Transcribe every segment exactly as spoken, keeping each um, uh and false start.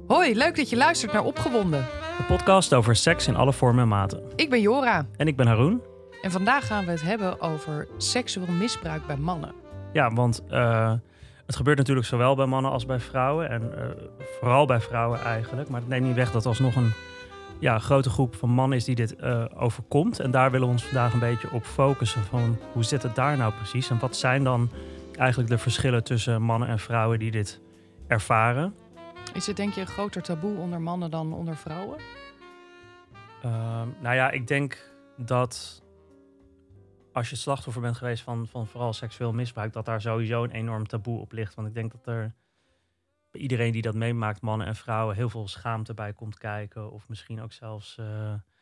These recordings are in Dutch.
Hoi, leuk dat je luistert naar Opgewonden. De podcast over seks in alle vormen en maten. Ik ben Jora. En ik ben Haroon. En vandaag gaan we het hebben over seksueel misbruik bij mannen. Ja, want uh, het gebeurt natuurlijk zowel bij mannen als bij vrouwen. En uh, vooral bij vrouwen eigenlijk. Maar het neemt niet weg dat er alsnog een ja, grote groep van mannen is die dit uh, overkomt. En daar willen we ons vandaag een beetje op focussen. Van hoe zit het daar nou precies? En wat zijn dan eigenlijk de verschillen tussen mannen en vrouwen die dit ervaren? Is het denk je een groter taboe onder mannen dan onder vrouwen? Uh, nou ja, ik denk dat als je slachtoffer bent geweest van, van vooral seksueel misbruik, dat daar sowieso een enorm taboe op ligt. Want ik denk dat er bij iedereen die dat meemaakt, mannen en vrouwen, heel veel schaamte bij komt kijken. Of misschien ook zelfs uh,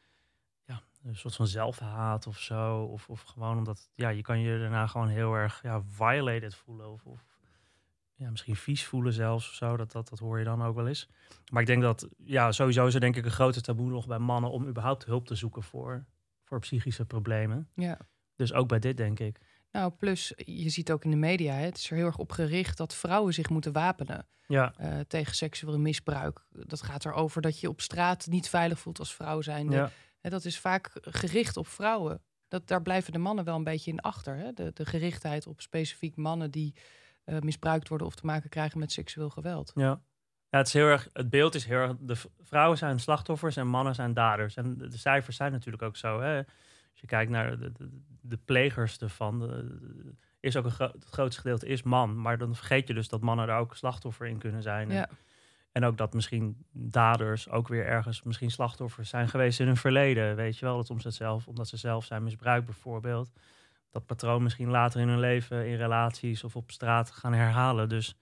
ja, een soort van zelfhaat of zo. Of, of gewoon omdat ja, je kan je daarna gewoon heel erg ja, violated voelen. Of, of ja, misschien vies voelen zelfs of zo. Dat, dat, dat hoor je dan ook wel eens. Maar ik denk dat ja, sowieso is er denk ik een grote taboe nog bij mannen om überhaupt hulp te zoeken voor, voor psychische problemen. Ja. Dus ook bij dit, denk ik. Nou, plus, je ziet ook in de media, hè, het is er heel erg op gericht dat vrouwen zich moeten wapenen ja. uh, tegen seksueel misbruik. Dat gaat erover dat je op straat niet veilig voelt als vrouw zijnde. Ja. Hè, dat is vaak gericht op vrouwen. Dat, daar blijven de mannen wel een beetje in achter. Hè? De, de gerichtheid op specifiek mannen die uh, misbruikt worden of te maken krijgen met seksueel geweld. Ja. Ja, het is heel erg, het beeld is heel erg, de vrouwen zijn slachtoffers en mannen zijn daders. En de, de cijfers zijn natuurlijk ook zo, hè. Als je kijkt naar de, de, de plegers ervan, de, de, is ook een gro- het grootste gedeelte is man. Maar dan vergeet je dus dat mannen daar ook slachtoffer in kunnen zijn. Ja. En ook dat misschien daders ook weer ergens misschien slachtoffers zijn geweest in hun verleden. Weet je wel, dat om ze zelf, omdat ze zelf zijn misbruikt bijvoorbeeld. Dat patroon misschien later in hun leven in relaties of op straat gaan herhalen. Dus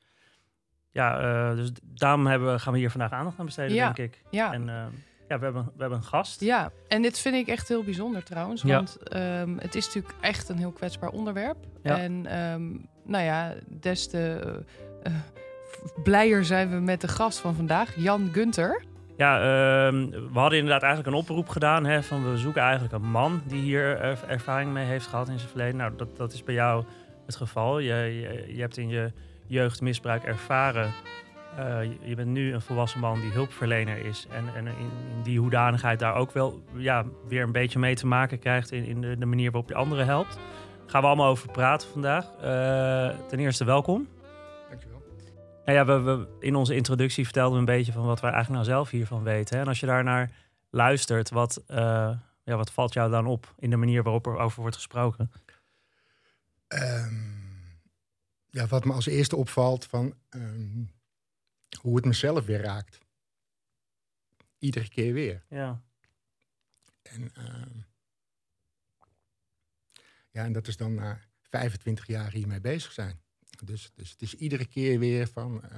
ja, uh, dus daarom hebben we, gaan we hier vandaag aandacht aan besteden, ja. denk ik. Ja. En uh, ja, we hebben, we hebben een gast. Ja, en dit vind ik echt heel bijzonder trouwens. Ja. Want um, het is natuurlijk echt een heel kwetsbaar onderwerp. Ja. En um, nou ja, des te uh, uh, blijer zijn we met de gast van vandaag, Jan Gunter. Ja, uh, we hadden inderdaad eigenlijk een oproep gedaan. Hè, van we zoeken eigenlijk een man die hier uh, ervaring mee heeft gehad in zijn verleden. Nou, dat, dat is bij jou het geval. Je, je, je hebt in je jeugd misbruik ervaren. Uh, je, je bent nu een volwassen man die hulpverlener is. En, en in, in die hoedanigheid daar ook wel ja, weer een beetje mee te maken krijgt in, in de, de manier waarop je anderen helpt. Daar gaan we allemaal over praten vandaag. Uh, ten eerste welkom. Dankjewel. Nou ja, we, we, in onze introductie vertelden we een beetje van wat wij eigenlijk nou zelf hiervan weten. Hè? En als je daar naar luistert, wat, uh, ja, wat valt jou dan op in de manier waarop er over wordt gesproken? Um, ja, wat me als eerste opvalt van um, hoe het mezelf weer raakt. Iedere keer weer. Ja. En, uh, ja, en dat is dan na vijfentwintig jaar hiermee bezig zijn. Dus, dus het is iedere keer weer van uh,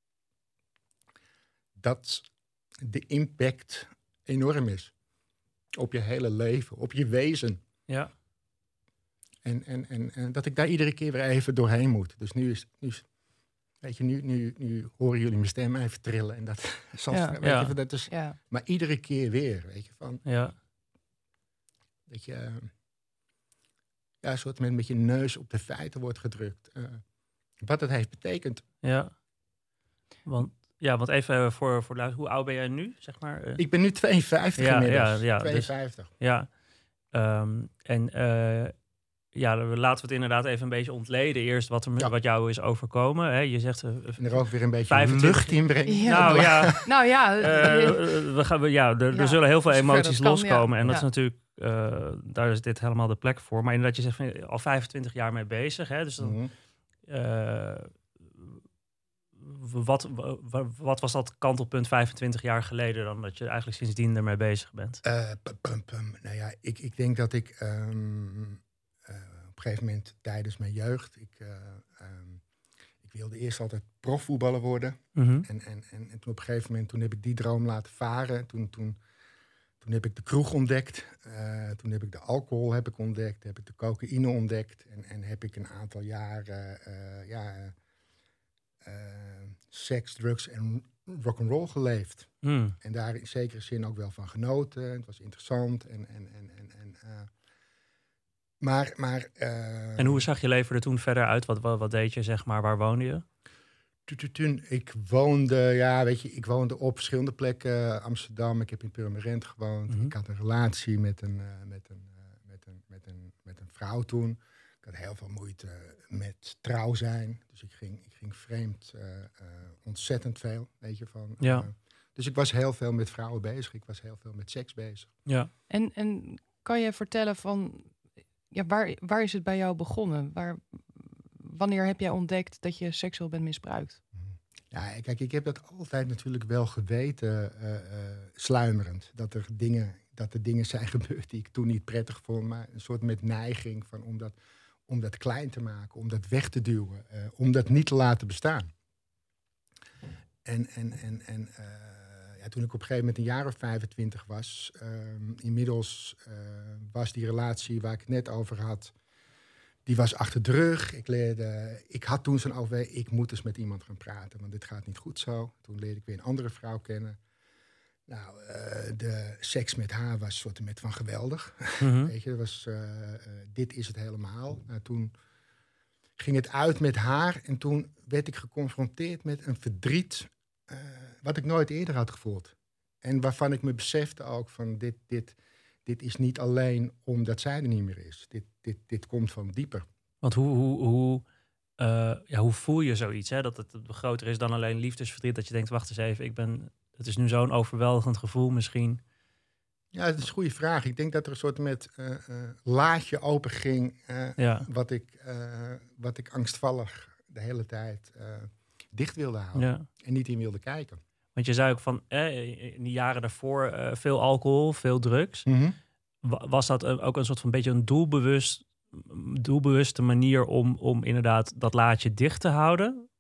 dat de impact enorm is. Op je hele leven, op je wezen. Ja. En, en, en, en dat ik daar iedere keer weer even doorheen moet. Dus nu is, nu is weet je, nu, nu, nu horen jullie mijn stem even trillen. En dat zal, ja. weet ja. je, dat is, ja. maar iedere keer weer, weet je, van. Ja. Dat je, uh, ja, een soort met, met je neus op de feiten wordt gedrukt. Uh, wat het heeft betekend. Ja. Want, ja, want even voor, voor luister, hoe oud ben jij nu, zeg maar? Uh, ik ben nu tweeënvijftig ja, inmiddels. Ja, ja, tweeënvijftig. Dus, ja. Um, en uh, ja, laten we het inderdaad even een beetje ontleden. Eerst wat, er, ja. wat jou is overkomen. Hè? Je zegt... Uh, en er ook weer een beetje vijfentwintig lucht in brengen. Ja. Nou ja, nou, ja, uh, we gaan, we, ja, er, ja, er zullen heel veel emoties kan, loskomen. ja. En dat ja. is natuurlijk... Uh, daar is dit helemaal de plek voor. Maar inderdaad, je zegt van, al vijfentwintig jaar mee bezig. Hè? Dus dan... Mm-hmm. Uh, Wat, wat, wat was dat kantelpunt vijfentwintig jaar geleden dan, dat je eigenlijk sindsdien ermee bezig bent? Uh, pum, pum, pum. Nou ja, ik, ik denk dat ik um, uh, op een gegeven moment tijdens mijn jeugd, ik, uh, um, ik wilde eerst altijd profvoetballer worden. Mm-hmm. En, en, en, en toen op een gegeven moment, toen heb ik die droom laten varen. Toen, toen, toen heb ik de kroeg ontdekt. Uh, toen heb ik de alcohol heb ik ontdekt. Heb ik de cocaïne ontdekt. En, en heb ik een aantal jaren... Uh, ja, Uh, seks, drugs en rock'n'roll geleefd. Mm. En daar in zekere zin ook wel van genoten. Het was interessant. En, en, en, en, en, uh, maar, maar, uh, en hoe zag je leven er toen verder uit? Wat, wat, wat deed je, zeg maar? Waar woonde je? Toen ik woonde, ja, weet je, ik woonde op verschillende plekken. Amsterdam, ik heb in Purmerend gewoond. Mm-hmm. Ik had een relatie met een, uh, met, een, uh, met, een, met, een, met een vrouw toen. Ik had heel veel moeite met trouw zijn. Dus ik ging, ik ging vreemd, uh, uh, ontzettend veel, weet je, van. Uh, Ja. Dus ik was heel veel met vrouwen bezig. Ik was heel veel met seks bezig. Ja. En, en kan je vertellen van, ja, waar, waar is het bij jou begonnen? Waar, wanneer heb jij ontdekt dat je seksueel bent misbruikt? Ja, kijk, ik heb dat altijd natuurlijk wel geweten, uh, uh, sluimerend. Dat er, dingen, dat er dingen zijn gebeurd die ik toen niet prettig vond. Maar een soort met neiging van om dat, om dat klein te maken, om dat weg te duwen. Uh, om dat niet te laten bestaan. En, en, en, en uh, ja, toen ik op een gegeven moment een jaar of vijfentwintig was... Uh, inmiddels uh, was die relatie waar ik het net over had... Die was achter de rug. Ik, leerde, ik had toen zo'n overweging, ik moet eens met iemand gaan praten, want dit gaat niet goed zo. Toen leerde ik weer een andere vrouw kennen. Nou, uh, de seks met haar was soort met van geweldig. Mm-hmm. Weet je, was, uh, uh, dit is het helemaal. Nou, toen ging het uit met haar en toen werd ik geconfronteerd met een verdriet uh, wat ik nooit eerder had gevoeld. En waarvan ik me besefte ook van dit... dit Dit is niet alleen omdat zij er niet meer is. Dit, dit, dit komt van dieper. Want hoe, hoe, hoe, uh, ja, hoe voel je zoiets? Hè? Dat het groter is dan alleen liefdesverdriet. Dat je denkt, wacht eens even, ik ben, het is nu zo'n overweldigend gevoel misschien. Ja, dat is een goede vraag. Ik denk dat er een soort met uh, uh, laadje open ging. Uh, ja. wat, ik, uh, wat ik angstvallig de hele tijd uh, dicht wilde houden. Ja. En niet in wilde kijken. Want je zei ook van, eh, in die jaren daarvoor uh, veel alcohol, veel drugs. Mm-hmm. Was dat ook een soort van beetje een doelbewust, doelbewuste manier om, om inderdaad dat laadje dicht te houden?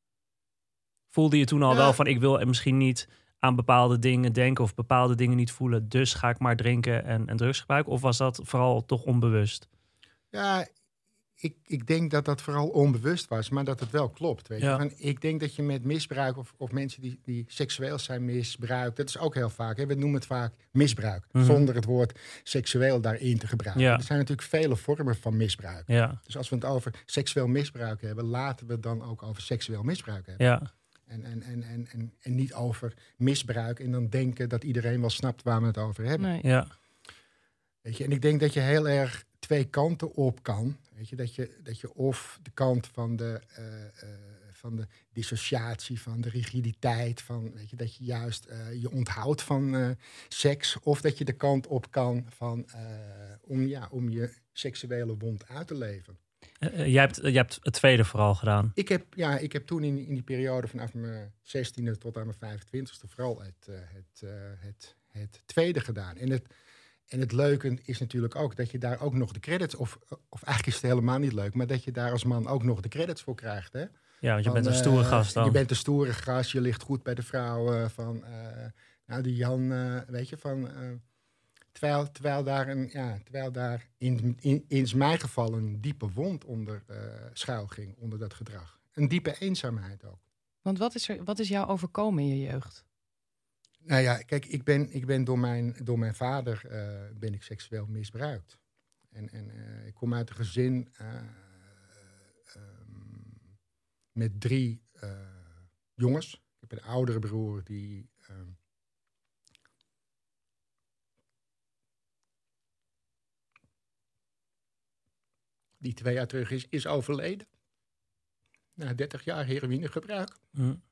Voelde je toen al ja. wel van, ik wil misschien niet aan bepaalde dingen denken of bepaalde dingen niet voelen, dus ga ik maar drinken en, en drugs gebruiken? Of was dat vooral toch onbewust? Ja, Ik, ik denk dat dat vooral onbewust was, maar dat het wel klopt. Weet ja. je? Van, ik denk dat je met misbruik of, of mensen die, die seksueel zijn misbruikt... dat is ook heel vaak, hè? We noemen het vaak misbruik... Mm-hmm. zonder het woord seksueel daarin te gebruiken. Ja. Er zijn natuurlijk vele vormen van misbruik. Ja. Dus als we het over seksueel misbruik hebben... laten we het dan ook over seksueel misbruik hebben. Ja. En, en, en, en, en, en niet over misbruik en dan denken dat iedereen wel snapt waar we het over hebben. Nee. Ja. Weet je? En ik denk dat je heel erg twee kanten op kan... Weet je, dat, je, dat je of de kant van de, uh, uh, van de dissociatie, van de rigiditeit... Van, weet je, dat je juist uh, je onthoudt van uh, seks... of dat je de kant op kan van, uh, om, ja, om je seksuele wond uit te leven. Uh, uh, jij, hebt, uh, jij hebt het tweede vooral gedaan. Ik heb, ja, ik heb toen in, in die periode vanaf mijn zestiende tot aan mijn vijfentwintigste... vooral het, uh, het, uh, het, het tweede gedaan. En het... En het leuke is natuurlijk ook dat je daar ook nog de credits... Of, of eigenlijk is het helemaal niet leuk... maar dat je daar als man ook nog de credits voor krijgt. Hè? Ja, want je van, bent een stoere gast dan. Je bent een stoere gast, je ligt goed bij de vrouwen. Van, uh, nou, die Jan, uh, weet je, van... Uh, terwijl, terwijl daar, een, ja, terwijl daar in, in, in mijn geval een diepe wond onder uh, schuil ging... onder dat gedrag. Een diepe eenzaamheid ook. Want wat is, er, wat is jou overkomen in je jeugd? Nou ja, kijk, ik ben, ik ben door, mijn, door mijn vader uh, ben ik seksueel misbruikt. En, en uh, ik kom uit een gezin uh, um, met drie uh, jongens. Ik heb een oudere broer die... Um, die twee jaar terug is, is overleden. Na dertig jaar heroïnegebruik. Mm.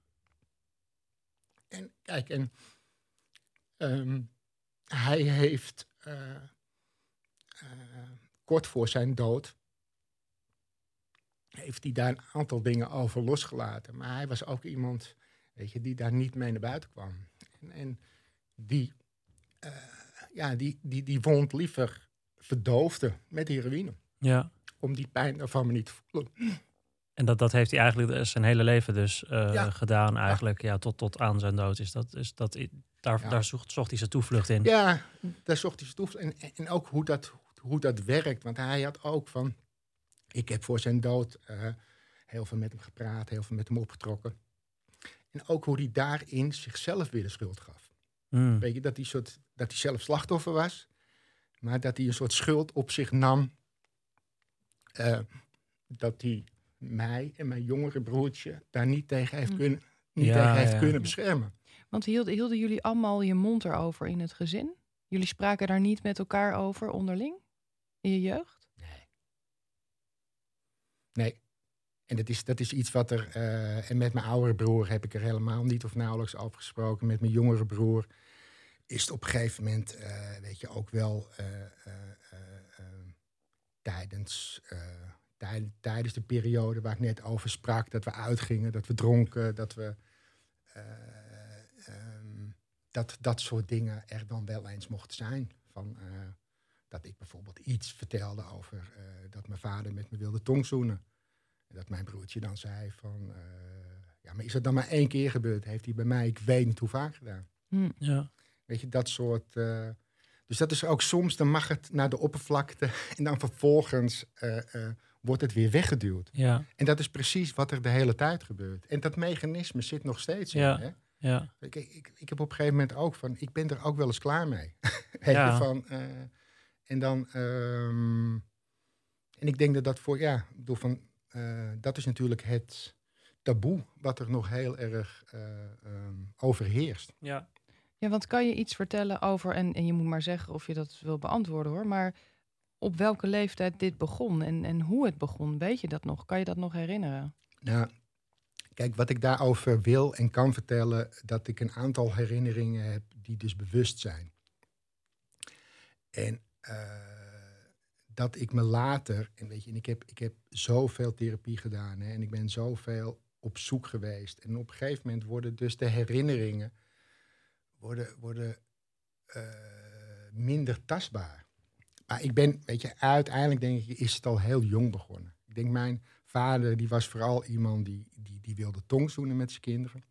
En kijk, en... Um, hij heeft uh, uh, kort voor zijn dood... heeft hij daar een aantal dingen over losgelaten. Maar hij was ook iemand, weet je, die daar niet mee naar buiten kwam. En, en die, uh, ja, die, die, die wond liever verdoofde met heroïne. Ja. Om die pijn ervan maar niet te voelen. En dat, dat heeft hij eigenlijk zijn hele leven dus uh, ja. gedaan, eigenlijk, ja. Ja, tot, tot aan zijn dood. Is dat, is dat, daar ja. daar zocht, zocht hij zijn toevlucht in. Ja, daar zocht hij zijn toevlucht in. En, en ook hoe dat, hoe dat werkt. Want hij had ook van... Ik heb voor zijn dood uh, heel veel met hem gepraat, heel veel met hem opgetrokken. En ook hoe hij daarin zichzelf weer de schuld gaf. Mm. Weet je, dat hij, soort, dat hij zelf slachtoffer was, maar dat hij een soort schuld op zich nam. Uh, dat hij mij en mijn jongere broertje daar niet tegen heeft, kunnen, niet Ja, tegen heeft ja. kunnen beschermen. Want hielden, hielden jullie allemaal je mond erover in het gezin? Jullie spraken daar niet met elkaar over onderling? In je jeugd? Nee. Nee. En dat is, dat is iets wat er... Uh, en met mijn oudere broer heb ik er helemaal niet of nauwelijks over gesproken. Met mijn jongere broer is het op een gegeven moment... Uh, weet je, ook wel uh, uh, uh, uh, tijdens, uh, tij, tijdens de periode waar ik net over sprak... dat we uitgingen, dat we dronken, dat we... Uh, um, dat dat soort dingen er dan wel eens mochten zijn. Van, uh, dat ik bijvoorbeeld iets vertelde over uh, dat mijn vader met me wilde tongzoenen. En dat mijn broertje dan zei van... Uh, ja, maar is dat dan maar één keer gebeurd? Heeft hij bij mij, ik weet niet hoe vaak gedaan. Hm. Ja. Weet je, dat soort... Uh, dus dat is ook soms, dan mag het naar de oppervlakte... en dan vervolgens uh, uh, wordt het weer weggeduwd. Ja. En dat is precies wat er de hele tijd gebeurt. En dat mechanisme zit nog steeds in, Ja. hè? Ja. Ik, ik, ik heb op een gegeven moment ook van... ik ben er ook wel eens klaar mee. Weet Ja. je, van... Uh, en dan... Um, en ik denk dat dat voor... Ja, ik bedoel van... Uh, dat is natuurlijk het taboe... wat er nog heel erg uh, um, overheerst. Ja. Ja, want kan je iets vertellen over... En, en je moet maar zeggen of je dat wil beantwoorden, hoor. Maar op welke leeftijd dit begon en, en hoe het begon? Weet je dat nog? Kan je dat nog herinneren? Nou... Kijk, wat ik daarover wil en kan vertellen... dat ik een aantal herinneringen heb die dus bewust zijn. En uh, dat ik me later... En, weet je, en ik, heb, ik heb zoveel therapie gedaan... Hè, en ik ben zoveel op zoek geweest. En op een gegeven moment worden dus de herinneringen... worden, worden uh, minder tastbaar. Maar ik ben, weet je, uiteindelijk denk ik... is het al heel jong begonnen. Ik denk mijn... vader, die was vooral iemand die, die, die wilde tongzoenen met zijn kinderen.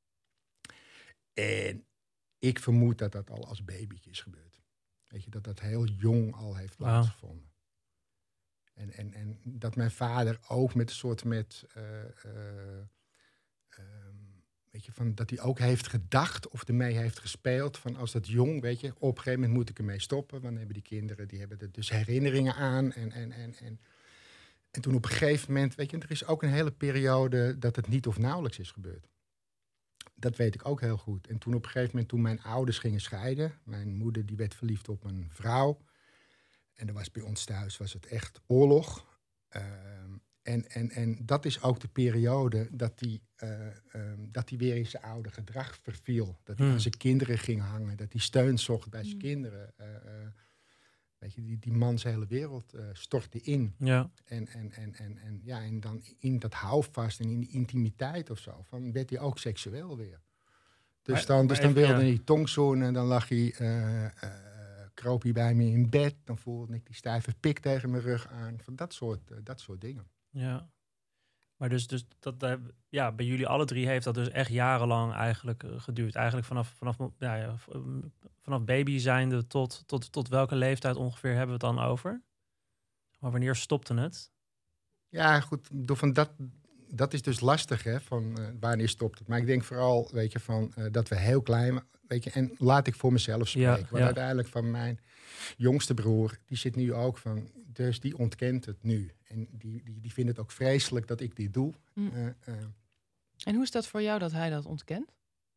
En ik vermoed dat dat al als babytje is gebeurd. Weet je, dat dat heel jong al heeft Wow. plaatsgevonden. En, en, en dat mijn vader ook met een soort met... Uh, uh, um, weet je, van dat hij ook heeft gedacht of ermee heeft gespeeld. Van als dat jong, weet je, op een gegeven moment moet ik ermee stoppen. Want dan hebben die kinderen, die hebben er dus herinneringen aan en... en, en, en En toen op een gegeven moment, weet je, er is ook een hele periode dat het niet of nauwelijks is gebeurd. Dat weet ik ook heel goed. En toen op een gegeven moment, toen mijn ouders gingen scheiden, mijn moeder die werd verliefd op een vrouw. En er was bij ons thuis was het echt oorlog. Uh, en, en, en dat is ook de periode dat hij uh, um, dat hij weer in zijn oude gedrag verviel. Dat hij Hmm. aan zijn kinderen ging hangen, dat hij steun zocht bij zijn Hmm. kinderen. Uh, uh, Weet je, die, die man zijn hele wereld uh, stortte in. Ja. En, en, en, en, en, ja, en dan in dat houvast en in die intimiteit of zo, van werd hij ook seksueel weer. Dus Maar- dan, maar dus dan even, wilde ja. hij tongzoenen en dan lag hij, uh, uh, kroop hij bij me in bed. Dan voelde ik die stijve pik tegen mijn rug aan. Van dat soort, uh, dat soort dingen. Ja. Maar dus, dus dat, uh, ja, bij jullie alle drie heeft dat dus echt jarenlang eigenlijk uh, geduurd. Eigenlijk vanaf, vanaf, ja, ja, v- um, vanaf baby zijnde tot, tot, tot welke leeftijd ongeveer hebben we het dan over? Maar wanneer stopte het? Ja, goed, door van dat, dat is dus lastig, hè, van uh, wanneer stopt het. Maar ik denk vooral, weet je, van uh, dat we heel klein, weet je, en laat ik voor mezelf spreken. Ja, Want ja. uiteindelijk van mijn jongste broer, die zit nu ook van, dus die ontkent het nu. En die, die, die vindt het ook vreselijk dat ik dit doe. Mm. Uh, uh, En hoe is dat voor jou dat hij dat ontkent?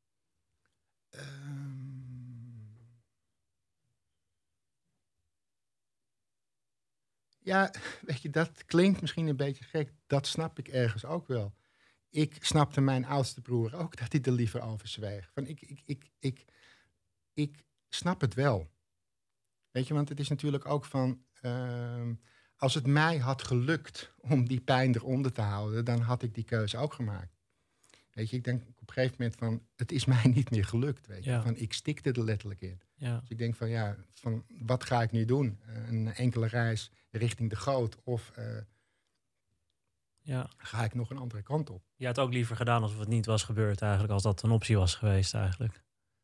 um, ja, weet je, dat klinkt misschien een beetje gek. Dat snap ik ergens ook wel. Ik snapte mijn oudste broer ook dat hij er liever over zweeg. Van ik, ik, ik, ik, ik snap het wel. Weet je, want het is natuurlijk ook van... Uh, als het mij had gelukt om die pijn eronder te houden... dan had ik die keuze ook gemaakt. Weet je, ik denk op een gegeven moment van... het is mij niet meer gelukt, weet je. Ja. Van, ik stikte er letterlijk in. Ja. Dus ik denk van, ja, van wat ga ik nu doen? Uh, een enkele reis richting de goot of... Uh, Ja. ga ik nog een andere kant op. Je had ook liever gedaan alsof het niet was gebeurd eigenlijk, als dat een optie was geweest eigenlijk.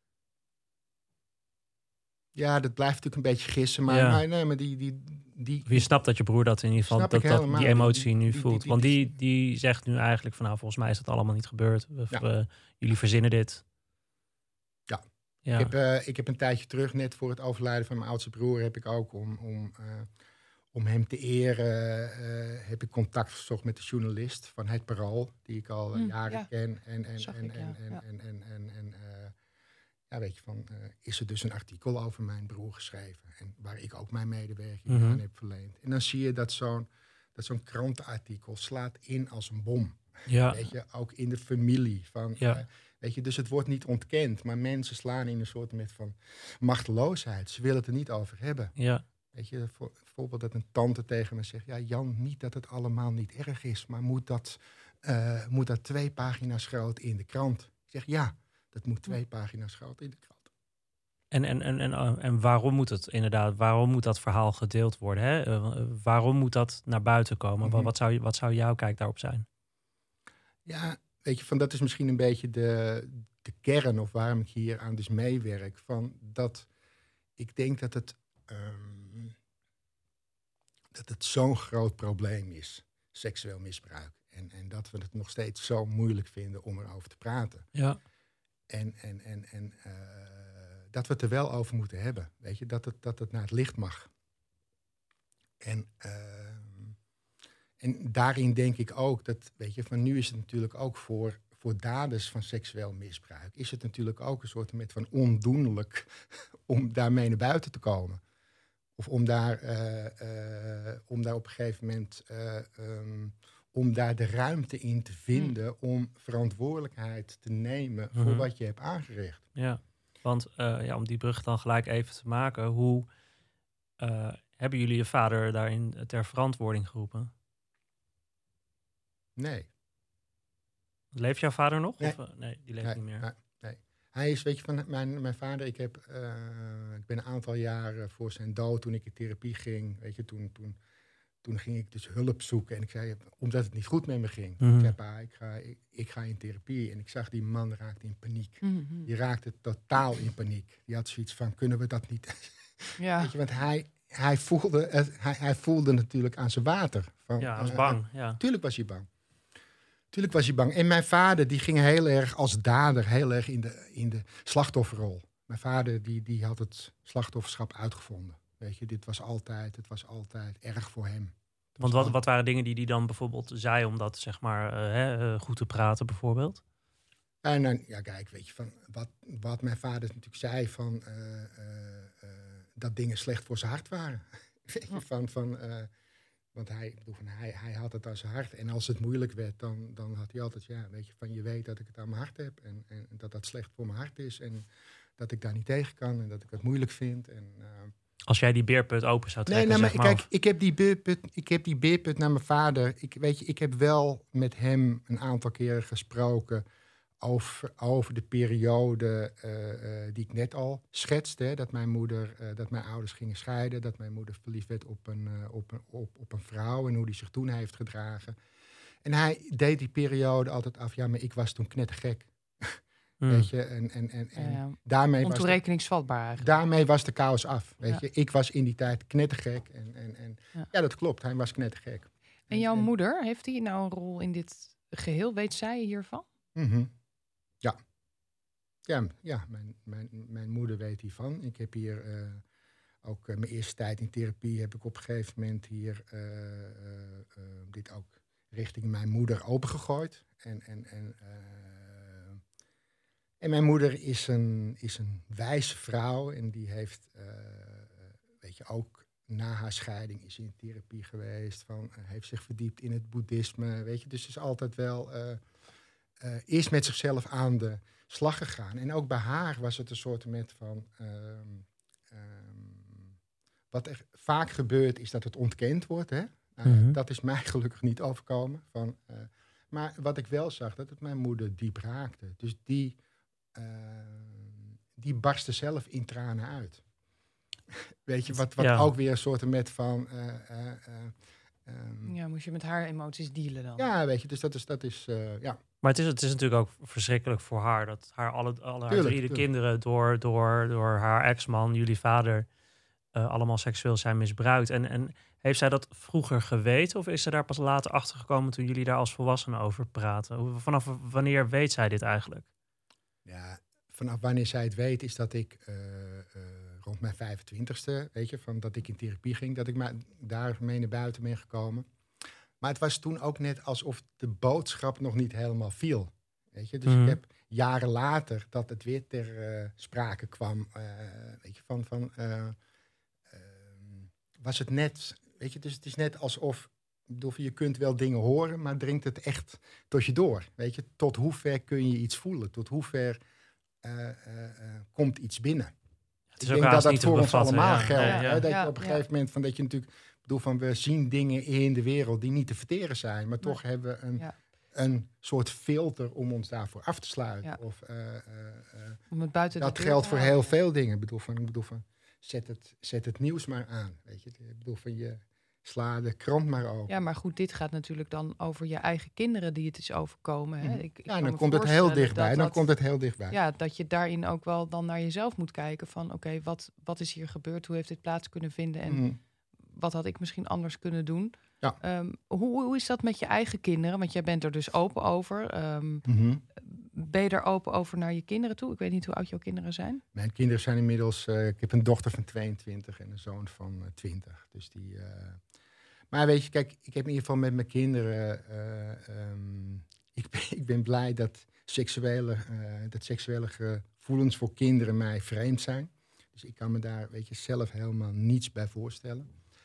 Ja, dat blijft natuurlijk een beetje gissen, maar, Ja. maar, nee, maar die, die, die... Je snapt dat je broer dat in ieder geval, Snap dat, ik dat helemaal. die emotie Die- nu die- die- voelt. die- Want die- die, die zegt nu eigenlijk van nou, volgens mij is dat allemaal niet gebeurd. Of, Ja. uh, jullie verzinnen dit. Ja. Ja. Ik, heb, uh, ik heb een tijdje terug, net voor het overlijden van mijn oudste broer, heb ik ook om, om, uh, om hem te eren uh, heb ik contact gezocht met de journalist van Het Parool, die ik al uh, jaren mm, ja. ken. En, en, en, ik, en, ja. en, ja. en, en, en, en uh, ja, weet je, van, uh, is er dus een artikel over mijn broer geschreven. En waar ik ook mijn medewerking mm-hmm. aan heb verleend. En dan zie je dat zo'n, dat zo'n krantenartikel slaat in als een bom. Ja. Weet je, ook in de familie. Van, ja. uh, weet je, dus het wordt niet ontkend. Maar mensen slaan in een soort met van machteloosheid. Ze willen het er niet over hebben. Ja. Weet je, voor, bijvoorbeeld dat een tante tegen me zegt... ja, Jan, niet dat het allemaal niet erg is... maar moet dat, uh, moet dat twee pagina's groot in de krant? Ik zeg, ja, dat moet twee pagina's groot in de krant. En, en, en, en, en waarom moet het inderdaad, waarom moet dat verhaal gedeeld worden? Hè? Uh, waarom moet dat naar buiten komen? Mm-hmm. Wat zou, wat zou jouw kijk daarop zijn? Ja, weet je, van dat is misschien een beetje de, de kern... of waarom ik hier aan dus meewerk. Van dat ik denk dat het... Um, dat het zo'n groot probleem is, seksueel misbruik. En, en dat we het nog steeds zo moeilijk vinden om erover te praten. Ja. En, en, en, en uh, dat we het er wel over moeten hebben. Weet je, dat het, dat het naar het licht mag. En, uh, en daarin denk ik ook dat, weet je, van nu is het natuurlijk ook voor, voor daders van seksueel misbruik... is het natuurlijk ook een soort met van ondoenlijk om daarmee naar buiten te komen. Of om daar, uh, uh, om daar op een gegeven moment... Uh, um, om daar de ruimte in te vinden... Mm. om verantwoordelijkheid te nemen voor mm-hmm. wat je hebt aangericht. Ja, want uh, ja, om die brug dan gelijk even te maken... hoe uh, hebben jullie je vader daarin ter verantwoording geroepen? Nee. Leeft jouw vader nog? Nee, of, uh, nee die leeft nee, niet meer. Nee. Hij is, weet je, van mijn, mijn vader, ik, heb, uh, ik ben een aantal jaren voor zijn dood, toen ik in therapie ging, weet je, toen, toen, toen ging ik dus hulp zoeken. En ik zei, omdat het niet goed met me ging. Mm-hmm. Ik zei, pa, ik ga, ik, ik ga in therapie. En ik zag die man raakte in paniek. Mm-hmm. Die raakte totaal in paniek. Die had zoiets van, kunnen we dat niet? Ja. Weet je, want hij, hij, voelde, het, hij, hij voelde natuurlijk aan zijn water. Van, ja, hij was bang. Uh, ja. Tuurlijk was hij bang. Tuurlijk was hij bang. En mijn vader die ging heel erg als dader, heel erg in de, in de slachtofferrol. Mijn vader die, die had het slachtofferschap uitgevonden. Weet je, dit was altijd, het was altijd erg voor hem. Want wat, wat waren dingen die hij dan bijvoorbeeld zei om dat zeg maar uh, hè, goed te praten bijvoorbeeld? En dan, ja kijk, weet je, van wat, wat mijn vader natuurlijk zei van uh, uh, uh, dat dingen slecht voor zijn hart waren. Weet je, van... van uh, Want hij, bedoel, van hij, hij had het aan zijn hart. En als het moeilijk werd, dan, dan had hij altijd... ja, weet je, van je weet dat ik het aan mijn hart heb. En, en dat dat slecht voor mijn hart is. En dat ik daar niet tegen kan. En dat ik het moeilijk vind. En, uh... Als jij die beerput open zou trekken, nee, nee, zeg maar, maar. Kijk, ik heb die beerput, ik heb die beerput naar mijn vader... Ik, weet je, ik heb wel met hem een aantal keren gesproken... Over, over de periode uh, uh, die ik net al schetste. Hè, dat mijn moeder, uh, dat mijn ouders gingen scheiden. Dat mijn moeder verliefd werd op een, uh, op, een, op, op een vrouw. En hoe die zich toen heeft gedragen. En hij deed die periode altijd af. Ja, maar ik was toen knettergek. Mm. Weet je, en, en, en, en ja, daarmee ontoerekeningsvatbaar was de, daarmee was de kous af. Weet ja. je, ik was in die tijd knettergek. En, en, en ja. ja, dat klopt. Hij was knettergek. En jouw en, moeder, heeft die nou een rol in dit geheel? Weet zij hiervan? Mm-hmm. Ja, ja, ja mijn, mijn, mijn moeder weet hiervan. Ik heb hier uh, ook uh, mijn eerste tijd in therapie... heb ik op een gegeven moment hier uh, uh, uh, dit ook richting mijn moeder opengegooid. En, en, en, uh, en mijn moeder is een, is een wijze vrouw... en die heeft, uh, weet je, ook na haar scheiding is in therapie geweest... Van, uh, heeft zich verdiept in het boeddhisme, weet je. Dus is altijd wel... Uh, Uh, eerst met zichzelf aan de slag gegaan. En ook bij haar was het een soort met van... Um, um, wat er vaak gebeurt is dat het ontkend wordt. Hè? Uh, mm-hmm. Dat is mij gelukkig niet overkomen. Van, uh, maar wat ik wel zag, dat het mijn moeder diep raakte. Dus die, uh, die barstte zelf in tranen uit. Weet je, wat, wat ja. ook weer een soort met van... Uh, uh, uh, um, ja, moest je met haar emoties dealen dan? Ja, weet je, dus dat is... Dat is uh, ja. Maar het is, het is natuurlijk ook verschrikkelijk voor haar... dat haar alle, alle haar drie de kinderen door, door, door haar ex-man, jullie vader... Uh, allemaal seksueel zijn misbruikt. En, en heeft zij dat vroeger geweten... of is ze daar pas later achter gekomen... toen jullie daar als volwassenen over praten? Vanaf wanneer weet zij dit eigenlijk? Ja, vanaf wanneer zij het weet is dat ik... Uh, uh, rond mijn vijfentwintigste, weet je, van dat ik in therapie ging, dat ik maar daarmee naar buiten ben gekomen. Maar het was toen ook net alsof de boodschap nog niet helemaal viel. Weet je? Dus mm-hmm. ik heb jaren later dat het weer ter uh, sprake kwam. Uh, weet je, van, van uh, uh, was het net, weet je, dus het is net alsof, ik bedoel, je kunt wel dingen horen, maar dringt het echt tot je door. Weet je, tot hoe ver kun je iets voelen? Tot hoe ver uh, uh, uh, komt iets binnen? Ik denk dat dat voor ons allemaal ja. geldt. Ja, ja. Hè? Dat ja, je op een gegeven ja. moment van dat je natuurlijk, ik bedoel, van we zien dingen in de wereld die niet te verteren zijn, maar toch nee. hebben we een, ja. een soort filter om ons daarvoor af te sluiten. Ja. Of, uh, uh, uh, om het buiten dat geldt voor heel veel dingen. Ik bedoel, van, ik bedoel van, zet het, zet het nieuws maar aan. Weet je, ik bedoel van je sla de krant maar open. Ja, maar goed, dit gaat natuurlijk dan over je eigen kinderen die het is overkomen. Hè? Ik, ik ja, dan komt het heel dichtbij. Dat, dan dat, komt het heel dichtbij. Ja, dat je daarin ook wel dan naar jezelf moet kijken van oké, okay, wat, wat is hier gebeurd? Hoe heeft dit plaats kunnen vinden? En mm. wat had ik misschien anders kunnen doen? Ja. Um, hoe, hoe is dat met je eigen kinderen? Want jij bent er dus open over. Um, mm-hmm. Ben je er open over naar je kinderen toe? Ik weet niet hoe oud jouw kinderen zijn. Mijn kinderen zijn inmiddels... Uh, ik heb een dochter van tweeëntwintig en een zoon van uh, twintig. Dus die... Uh, maar weet je, kijk, ik heb in ieder geval met mijn kinderen... Uh, um, ik, ben, ik ben blij dat seksuele, uh, dat seksuele gevoelens voor kinderen mij vreemd zijn. Dus ik kan me daar, weet je, zelf helemaal niets bij voorstellen.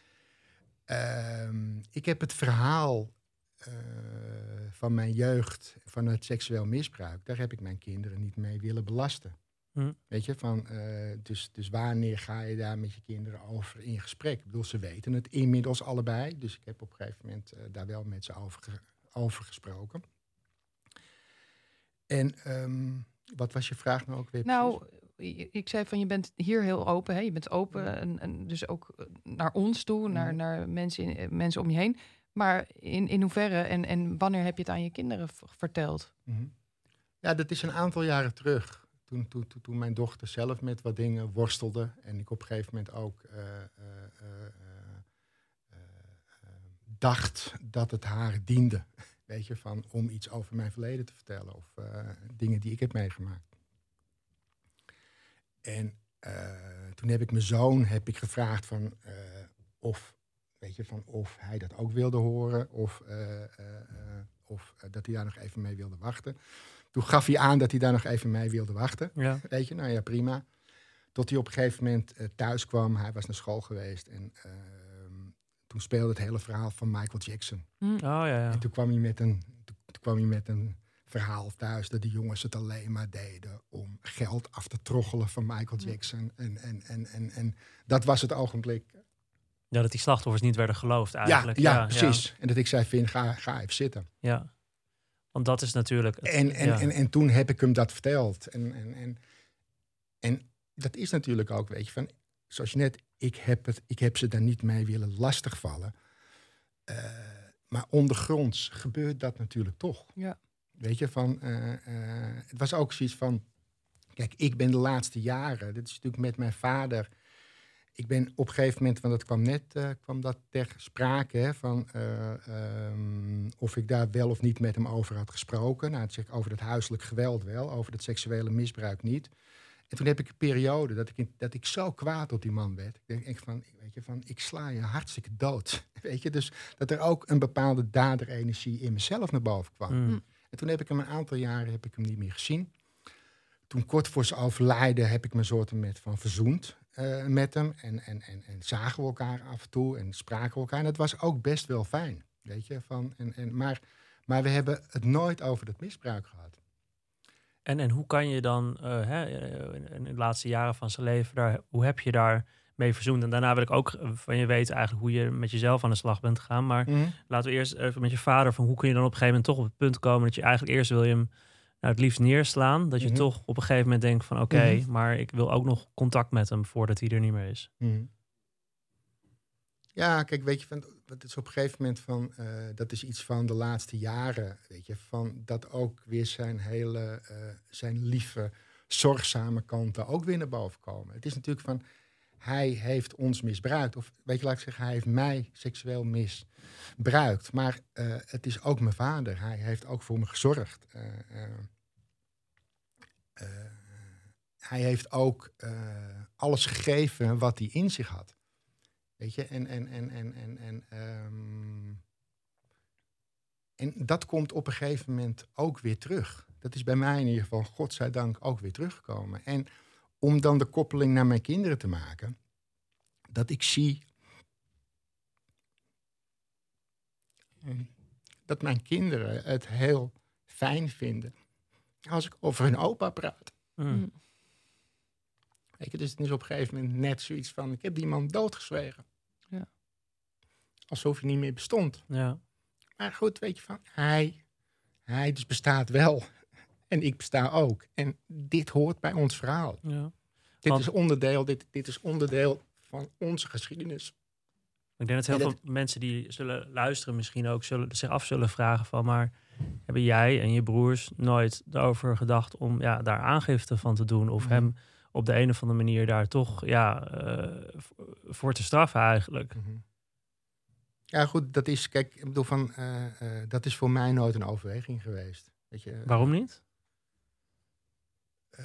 Um, ik heb het verhaal uh, van mijn jeugd, van het seksueel misbruik, daar heb ik mijn kinderen niet mee willen belasten. Hm. Weet je, van, uh, dus, dus wanneer ga je daar met je kinderen over in gesprek? Ik bedoel, ze weten het inmiddels allebei, dus ik heb op een gegeven moment uh, daar wel met ze over, ge- over gesproken. En um, wat was je vraag nou ook weer? Nou, precies? Ik zei van je bent hier heel open, hè? Je bent open ja. en, en dus ook naar ons toe, naar, mm. naar mensen, in, mensen om je heen. Maar in, in hoeverre en, en wanneer heb je het aan je kinderen v- verteld? Mm-hmm. Ja, dat is een aantal jaren terug. Toen, toen, toen, toen mijn dochter zelf met wat dingen worstelde. En ik op een gegeven moment ook uh, uh, uh, uh, uh, dacht dat het haar diende. Weet je, van om iets over mijn verleden te vertellen. Of uh, dingen die ik heb meegemaakt. En uh, toen heb ik mijn zoon heb ik gevraagd van uh, of, weet je, van of hij dat ook wilde horen. Of, uh, uh, uh, of uh, dat hij daar nog even mee wilde wachten. Toen gaf hij aan dat hij daar nog even mee wilde wachten. Ja. Weet je, nou ja, prima. Tot hij op een gegeven moment uh, thuis kwam. Hij was naar school geweest. En uh, toen speelde het hele verhaal van Michael Jackson. Mm. Oh, ja, ja. En toen kwam hij met een, toen, toen kwam hij met een verhaal thuis dat die jongens het alleen maar deden om geld af te troggelen van Michael Jackson. En, en, en, en, en dat was het ogenblik. Ja, dat die slachtoffers niet werden geloofd eigenlijk. Ja, ja, ja precies. Ja. En dat ik zei, Vin, ga, ga even zitten. Ja, want dat is natuurlijk... Het, en, en, ja. en, en toen heb ik hem dat verteld. En, en, en, en dat is natuurlijk ook, weet je, van, zoals je net, ik heb, het, ik heb ze daar niet mee willen lastigvallen. Uh, maar ondergronds gebeurt dat natuurlijk toch. Ja. Weet je, van, uh, uh, het was ook zoiets van, kijk, ik ben de laatste jaren, dit is natuurlijk met mijn vader, ik ben op een gegeven moment, want dat kwam net, uh, kwam dat ter sprake, hè, van uh, um, of ik daar wel of niet met hem over had gesproken. Nou, het zegt over het huiselijk geweld wel, over het seksuele misbruik niet. En toen heb ik een periode dat ik, dat ik zo kwaad op die man werd. Ik denk echt van, weet je, van, ik sla je hartstikke dood. Weet je, dus dat er ook een bepaalde daderenergie in mezelf naar boven kwam. Mm. En toen heb ik hem een aantal jaren heb ik hem niet meer gezien. Toen kort voor zijn overlijden heb ik me soorten met van verzoend uh, met hem. En, en, en, en zagen we elkaar af en toe en spraken we elkaar. En dat was ook best wel fijn, weet je. Van, en, en, maar, maar we hebben het nooit over dat misbruik gehad. En, en hoe kan je dan uh, hè, in de laatste jaren van zijn leven, daar, hoe heb je daar mee verzoend? En daarna wil ik ook van je weten eigenlijk hoe je met jezelf aan de slag bent gegaan. Maar mm-hmm. laten we eerst even met je vader, van hoe kun je dan op een gegeven moment toch op het punt komen dat je eigenlijk eerst wil je hem nou, het liefst neerslaan. Dat je mm-hmm. toch op een gegeven moment denkt van oké, okay, mm-hmm. maar ik wil ook nog contact met hem voordat hij er niet meer is. Mm-hmm. Ja, kijk, weet je, van, dat is op een gegeven moment van, uh, dat is iets van de laatste jaren, weet je, van dat ook weer zijn hele, uh, zijn lieve, zorgzame kanten ook weer naar boven komen. Het is natuurlijk van, hij heeft ons misbruikt, of weet je, laat ik zeggen, hij heeft mij seksueel misbruikt, maar uh, het is ook mijn vader, hij heeft ook voor me gezorgd. Uh, uh, uh, hij heeft ook uh, alles gegeven wat hij in zich had. Weet je, en... en, en, en, en, en um, En dat komt op een gegeven moment ook weer terug. Dat is bij mij in ieder geval, godzijdank, ook weer teruggekomen. En om dan de koppeling naar mijn kinderen te maken, dat ik zie dat mijn kinderen het heel fijn vinden als ik over hun opa praat. Mm. Weet je, dus het is op een gegeven moment net zoiets van, ik heb die man doodgezwegen. Ja. Alsof hij niet meer bestond. Ja. Maar goed, weet je van, hij, hij dus bestaat wel. En ik besta ook. En dit hoort bij ons verhaal. Ja. Dit, Want, is onderdeel, dit, dit is onderdeel van onze geschiedenis. Ik denk dat heel dat, veel mensen die zullen luisteren misschien ook zullen, zich af zullen vragen van... maar hebben jij en je broers nooit erover gedacht om ja, daar aangifte van te doen? Of mm-hmm. hem op de een of andere manier daar toch ja, uh, voor te straffen eigenlijk? Mm-hmm. Ja, goed, dat is, kijk, ik bedoel van, uh, uh, dat is voor mij nooit een overweging geweest. Weet je, waarom niet? Uh,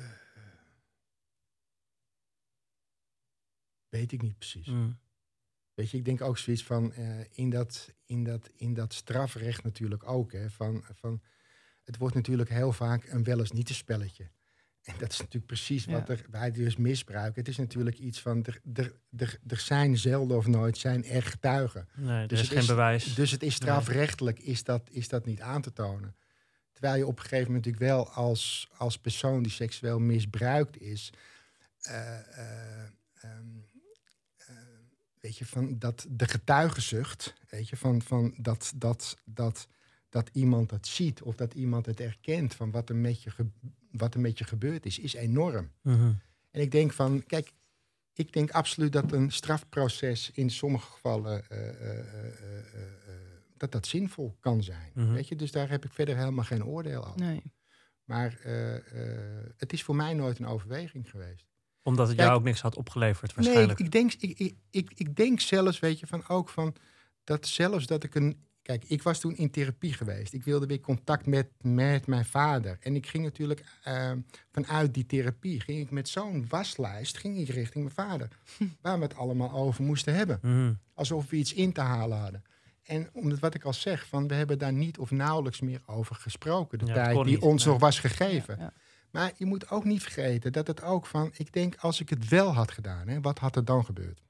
weet ik niet precies. Mm. Weet je, ik denk ook zoiets van, uh, in, dat, in, dat, in dat strafrecht natuurlijk ook, hè, van, van, het wordt natuurlijk heel vaak een wel eens niet een spelletje. En dat is natuurlijk precies wat ja. er bij dus misbruik. Het is natuurlijk iets van, er, er, er, er zijn zelden of nooit zijn er getuigen. Nee, er dus is het geen is, bewijs. Dus het is strafrechtelijk, is dat, is dat niet aan te tonen. Terwijl je op een gegeven moment natuurlijk wel als, als persoon die seksueel misbruikt is... Uh, uh, um, uh, weet je, van dat de getuigenzucht, weet je, van, van dat, dat, dat, dat iemand dat ziet of dat iemand het erkent van wat er met je, ge, wat er met je gebeurd is, is enorm. Mm-hmm. En ik denk van, kijk, ik denk absoluut dat een strafproces in sommige gevallen uh, uh, uh, uh, uh, dat dat zinvol kan zijn. Mm-hmm. Weet je, dus daar heb ik verder helemaal geen oordeel over. Nee. Maar uh, uh, het is voor mij nooit een overweging geweest. Omdat het Kijk, jou ook niks had opgeleverd waarschijnlijk. Nee, ik denk, ik, ik, ik, ik denk zelfs, weet je, van ook van dat zelfs dat ik een... Kijk, ik was toen in therapie geweest. Ik wilde weer contact met, met mijn vader. En ik ging natuurlijk uh, vanuit die therapie, ging ik met zo'n waslijst, ging ik richting mijn vader. Hm. Waar we het allemaal over moesten hebben. Mm-hmm. Alsof we iets in te halen hadden. En omdat wat ik al zeg, van we hebben daar niet of nauwelijks meer over gesproken. De ja, tijd die niet, ons nee. nog was gegeven. Ja, ja. Maar je moet ook niet vergeten dat het ook van... Ik denk, als ik het wel had gedaan, hè, wat had er dan gebeurd?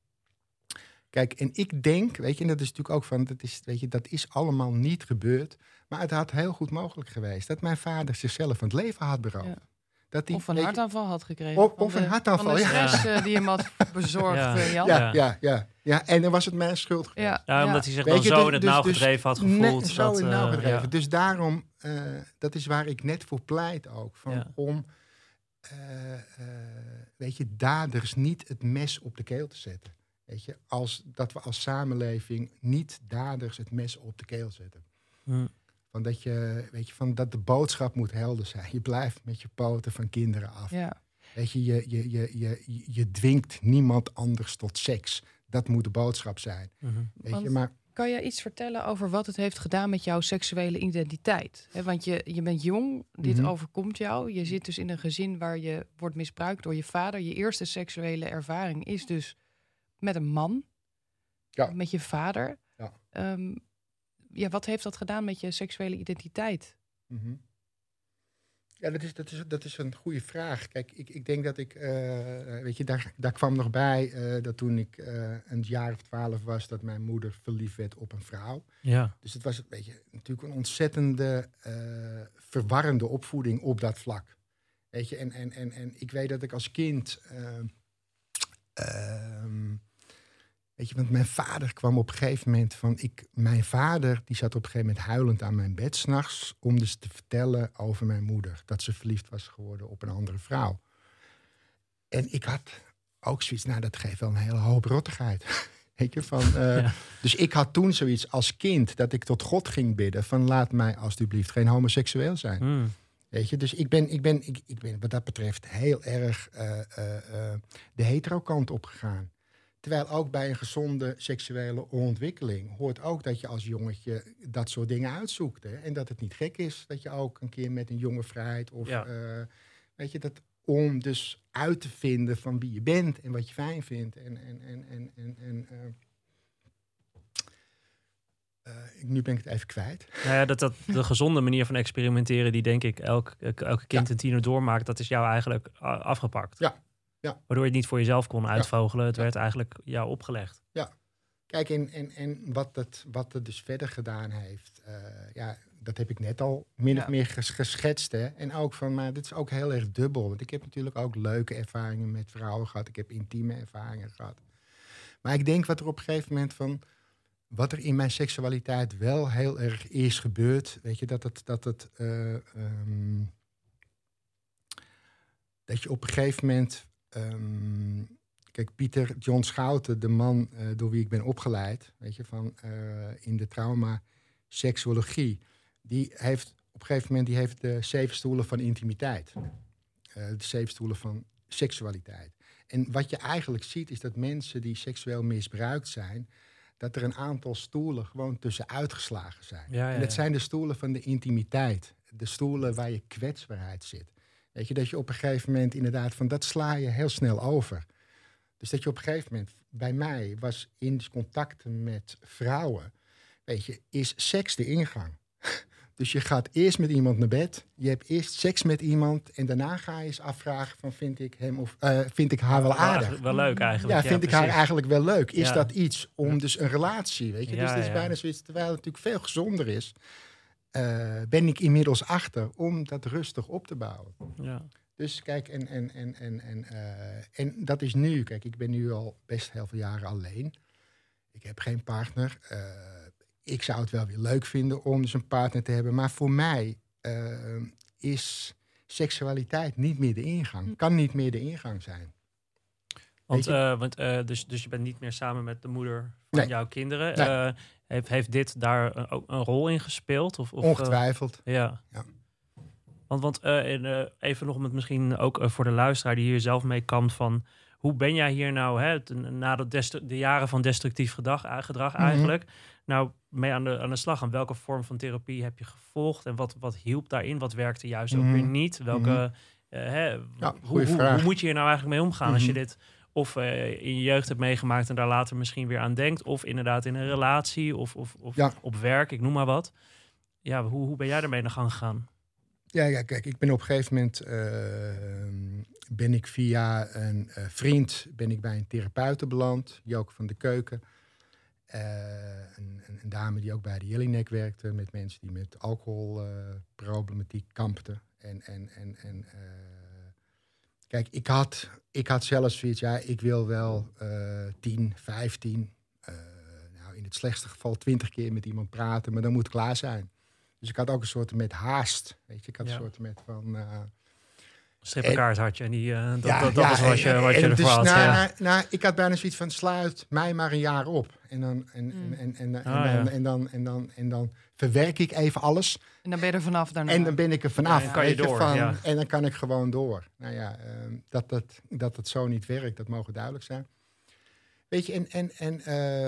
Kijk, en ik denk, weet je, en dat is natuurlijk ook van... Dat is, weet je, dat is allemaal niet gebeurd. Maar het had heel goed mogelijk geweest... dat mijn vader zichzelf van het leven had beroofd. Ja. Dat die, of een hartaanval had gekregen. Of, of een de, hartaanval, van de stress ja. uh, die hem had bezorgd, ja. Uh, Jan. Ja, ja, ja, ja, en dan was het mijn schuld geweest. Ja, ja omdat hij zich dan zo dus, in het nauw dus, gedreven had gevoeld. Ne, zo dat, in het nauw uh, gedreven. Ja. Dus daarom, uh, dat is waar ik net voor pleit ook. Van, ja. Om, uh, uh, weet je, daders niet het mes op de keel te zetten. Weet je, als, dat we als samenleving niet daders het mes op de keel zetten. Hm. Van dat, je, weet je, van dat de boodschap moet helder zijn. Je blijft met je poten van kinderen af. Ja. Weet je, je, je, je, je, je dwingt niemand anders tot seks. Dat moet de boodschap zijn. Mm-hmm. Weet je, maar, kan je iets vertellen over wat het heeft gedaan met jouw seksuele identiteit? He, want je, je bent jong, dit mm-hmm. overkomt jou. Je zit dus in een gezin waar je wordt misbruikt door je vader. Je eerste seksuele ervaring is dus met een man. Ja. Met je vader. Ja. Um, ja, wat heeft dat gedaan met je seksuele identiteit? Mm-hmm. Ja, dat is, dat, is, dat is een goede vraag. Kijk, ik, ik denk dat ik, uh, weet je, daar, daar kwam nog bij uh, dat toen ik uh, een jaar of twaalf was, dat mijn moeder verliefd werd op een vrouw. Ja. Dus het was, weet je, natuurlijk een ontzettende uh, verwarrende opvoeding op dat vlak. Weet je, en, en, en, en ik weet dat ik als kind, uh, uh, weet je, want mijn vader kwam op een gegeven moment van, ik, mijn vader die zat op een gegeven moment huilend aan mijn bed 's nachts om dus te vertellen over mijn moeder. Dat ze verliefd was geworden op een andere vrouw. En ik had ook zoiets, nou dat geeft wel een hele hoop rottigheid. Weet je, van, uh, ja. Dus ik had toen zoiets als kind dat ik tot God ging bidden van laat mij alsjeblieft geen homoseksueel zijn. Mm. Weet je, dus ik ben, ik, ben, ik, ik ben wat dat betreft heel erg uh, uh, uh, de hetero kant opgegaan. Terwijl ook bij een gezonde seksuele ontwikkeling hoort ook dat je als jongetje dat soort dingen uitzoekt. Hè? En dat het niet gek is dat je ook een keer met een jongen vrijt. Of, ja. uh, weet je, dat om dus uit te vinden van wie je bent en wat je fijn vindt. En, en, en, en, en, en uh, uh, nu ben ik het even kwijt. Nou ja, dat, dat de gezonde manier van experimenteren die denk ik elk, elke kind Ja. en tiener doormaakt, dat is jou eigenlijk afgepakt. Ja. Ja. Waardoor je het niet voor jezelf kon uitvogelen. Het Ja. werd eigenlijk jou opgelegd. Ja. Kijk, en, en, en wat, het, wat het dus verder gedaan heeft, uh, ja, dat heb ik net al min ja. of meer ges, geschetst. Hè? En ook van, maar dit is ook heel erg dubbel. Want ik heb natuurlijk ook leuke ervaringen met vrouwen gehad. Ik heb intieme ervaringen gehad. Maar ik denk wat er op een gegeven moment van, wat er in mijn seksualiteit wel heel erg is gebeurd, weet je, dat het, dat het, uh, um, dat je op een gegeven moment, um, kijk, Pieter John Schouten, de man uh, door wie ik ben opgeleid, weet je, van uh, in de trauma-seksuologie, die heeft op een gegeven moment die heeft de zeven stoelen van intimiteit, uh, de zeven stoelen van seksualiteit. En wat je eigenlijk ziet is dat mensen die seksueel misbruikt zijn, dat er een aantal stoelen gewoon tussenuit geslagen zijn. Ja, ja, en dat ja. zijn de stoelen van de intimiteit, de stoelen waar je kwetsbaarheid zit. Weet je, dat je op een gegeven moment inderdaad van dat sla je heel snel over. Dus dat je op een gegeven moment, bij mij was in contacten met vrouwen, weet je, is seks de ingang. Dus je gaat eerst met iemand naar bed, je hebt eerst seks met iemand en daarna ga je eens afvragen van vind ik hem of uh, vind ik haar wel aardig? Wel, wel leuk eigenlijk. Ja, vind ja, ik haar eigenlijk wel leuk? Is ja. dat iets om dus een relatie, weet je? Ja, dus het is ja. bijna zoiets, terwijl het natuurlijk veel gezonder is, uh, ben ik inmiddels achter om dat rustig op te bouwen. Ja. Dus kijk, en, en, en, en, en, uh, en dat is nu, kijk, ik ben nu al best heel veel jaren alleen. Ik heb geen partner. Uh, ik zou het wel weer leuk vinden om dus een partner te hebben. Maar voor mij uh, is seksualiteit niet meer de ingang. Kan niet meer de ingang zijn. Want, uh, want uh, dus, dus je bent niet meer samen met de moeder van nee. jouw kinderen. Nee. Uh, heeft, heeft dit daar uh, ook een rol in gespeeld? Of, of, Ongetwijfeld. Uh, ja. ja. Want, want uh, en, uh, even nog met misschien ook uh, voor de luisteraar die hier zelf mee kampt van, hoe ben jij hier nou, hè, na de, destru- de jaren van destructief gedrag, uh, gedrag mm-hmm. eigenlijk, nou mee aan de, aan de slag? En welke vorm van therapie heb je gevolgd? En wat, wat hielp daarin? Wat werkte juist mm-hmm. ook weer niet? Welke, mm-hmm. uh, hè, ja, hoe, hoe, hoe moet je hier nou eigenlijk mee omgaan mm-hmm. als je dit of uh, in je jeugd hebt meegemaakt en daar later misschien weer aan denkt, of inderdaad in een relatie, of, of, of ja. op werk, ik noem maar wat. Ja, hoe, hoe ben jij ermee naar gang gegaan? Ja, ja, kijk, ik ben op een gegeven moment uh, ben ik via een uh, vriend ben ik bij een therapeute beland, Joke van de Keuken. Uh, een, een, een dame die ook bij de Jelinek werkte, met mensen die met alcoholproblematiek uh, kampten. En, en, en, en uh, kijk, ik had, ik had zelfs zoiets, ja, ik wil wel uh, tien, vijftien, uh, nou in het slechtste geval twintig keer met iemand praten, maar dan moet het klaar zijn. Dus ik had ook een soort met haast, weet je. Ik had ja. een soort met van... Uh, strippenkaart had je en die, uh, dat, ja, dat, dat ja, was wat je, wat je en ervoor dus, had. Nou, ja. nou, nou, ik had bijna zoiets van, sluit mij maar een jaar op. En dan, en, mm. en, en, en, ah, en, dan, ja. en, dan, en, dan, en dan verwerk ik even alles. En dan ben je er vanaf daarna. En dan ben ik er vanaf. Ja, dan kan je door, van, ja. En dan kan ik gewoon door. Nou ja, uh, dat, dat, dat het zo niet werkt, dat mogen duidelijk zijn. Weet je, en, en, en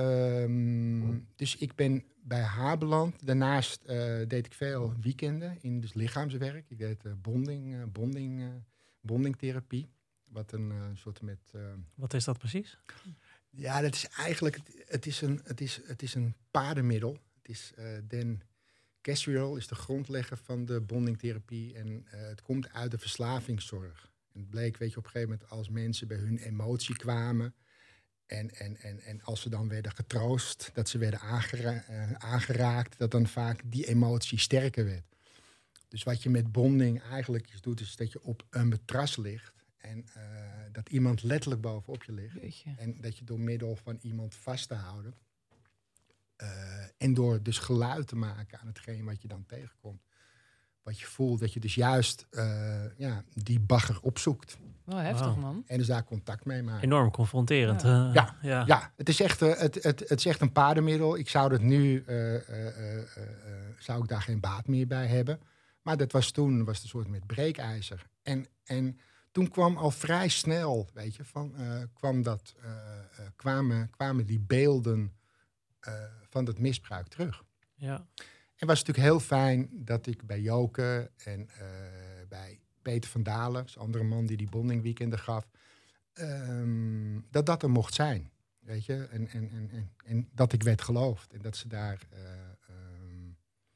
uh, dus ik ben bij haar beland. Daarnaast uh, deed ik veel weekenden in dus lichaamswerk. Ik deed uh, bonding, uh, bonding, uh, bondingtherapie. Wat een uh, soort met... Uh, Wat is dat precies? Ja, dat is eigenlijk... Het, het, is, een, het, is, het is een paardenmiddel. Het is uh, Dan Casriel is de grondlegger van de bondingtherapie. En uh, het komt uit de verslavingszorg. En het bleek, weet je, op een gegeven moment als mensen bij hun emotie kwamen... En, en, en, en als ze dan werden getroost, dat ze werden aangera- uh, aangeraakt, dat dan vaak die emotie sterker werd. Dus wat je met bonding eigenlijk doet, is dat je op een matras ligt en uh, dat iemand letterlijk bovenop je ligt. Jeetje. En dat je door middel van iemand vast te houden uh, en door dus geluid te maken aan hetgeen wat je dan tegenkomt. Wat je voelt, dat je dus juist uh, ja, die bagger opzoekt. Wel heftig, wow. man. En dus daar contact mee maken. Enorm confronterend. Ja, uh, ja, ja. ja. Het, is echt, uh, het, het, het is echt een paardenmiddel. Ik zou dat nu, uh, uh, uh, uh, zou ik daar geen baat meer bij hebben. Maar dat was toen, was het een soort met breekijzer. En, en toen kwam al vrij snel, weet je, van, uh, kwam dat, uh, uh, kwamen, kwamen die beelden uh, van het misbruik terug. Ja. En het was natuurlijk heel fijn dat ik bij Joke en uh, bij Peter van Dalen, is een andere man die die bondingweekenden gaf, um, dat dat er mocht zijn. Weet je, en, en, en, en, en dat ik werd geloofd. En dat ze daar... Uh, um,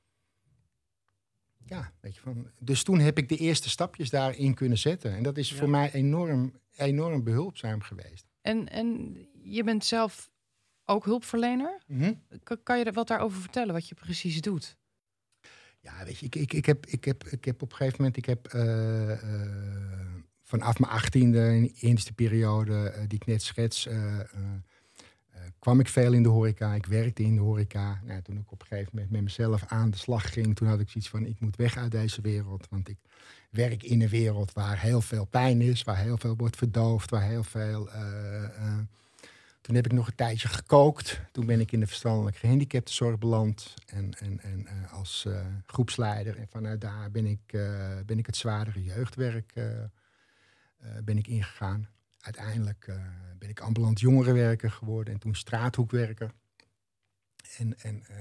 ja, weet je, van... Dus toen heb ik de eerste stapjes daarin kunnen zetten. En dat is ja. voor mij enorm, enorm behulpzaam geweest. En, en je bent zelf ook hulpverlener? Mm-hmm. K- kan je er wat daarover vertellen, wat je precies doet? Ja, weet je, ik, ik, ik, heb, ik, heb, ik heb op een gegeven moment... Ik heb uh, uh, vanaf mijn achttiende, in de eerste periode uh, die ik net schets... Uh, uh, Uh, kwam ik veel in de horeca, ik werkte in de horeca. Nou, toen ik op een gegeven moment met mezelf aan de slag ging... toen had ik zoiets van, ik moet weg uit deze wereld. Want ik werk in een wereld waar heel veel pijn is... waar heel veel wordt verdoofd, waar heel veel... Uh, uh, toen heb ik nog een tijdje gekookt. Toen ben ik in de verstandelijk gehandicaptenzorg beland... en, en, en uh, als uh, groepsleider. En vanuit daar ben ik, uh, ben ik het zwaardere jeugdwerk uh, uh, ben ik ingegaan... Uiteindelijk uh, ben ik ambulant jongerenwerker geworden en toen straathoekwerker. En, en uh,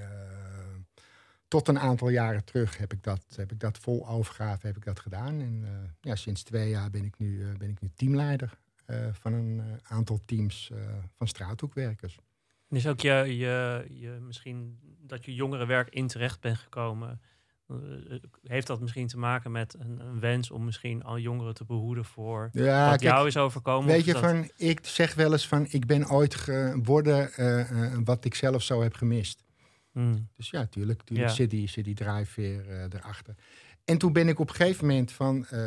tot een aantal jaren terug heb ik dat, heb ik dat vol overgave heb ik dat gedaan. En uh, ja, sinds twee jaar ben ik nu, uh, ben ik nu teamleider uh, van een uh, aantal teams uh, van straathoekwerkers. En is ook je, je, je misschien dat je jongerenwerk in terecht bent gekomen... Heeft dat misschien te maken met een, een wens om misschien al jongeren te behoeden voor ja, wat kijk, jou is overkomen? Weet je, dat... van, ik zeg wel eens van, ik ben ooit geworden uh, uh, wat ik zelf zo heb gemist. Hmm. Dus ja, tuurlijk, tuurlijk Ja. zit die, zit die drijfveer uh, erachter. En toen ben ik op een gegeven moment van uh,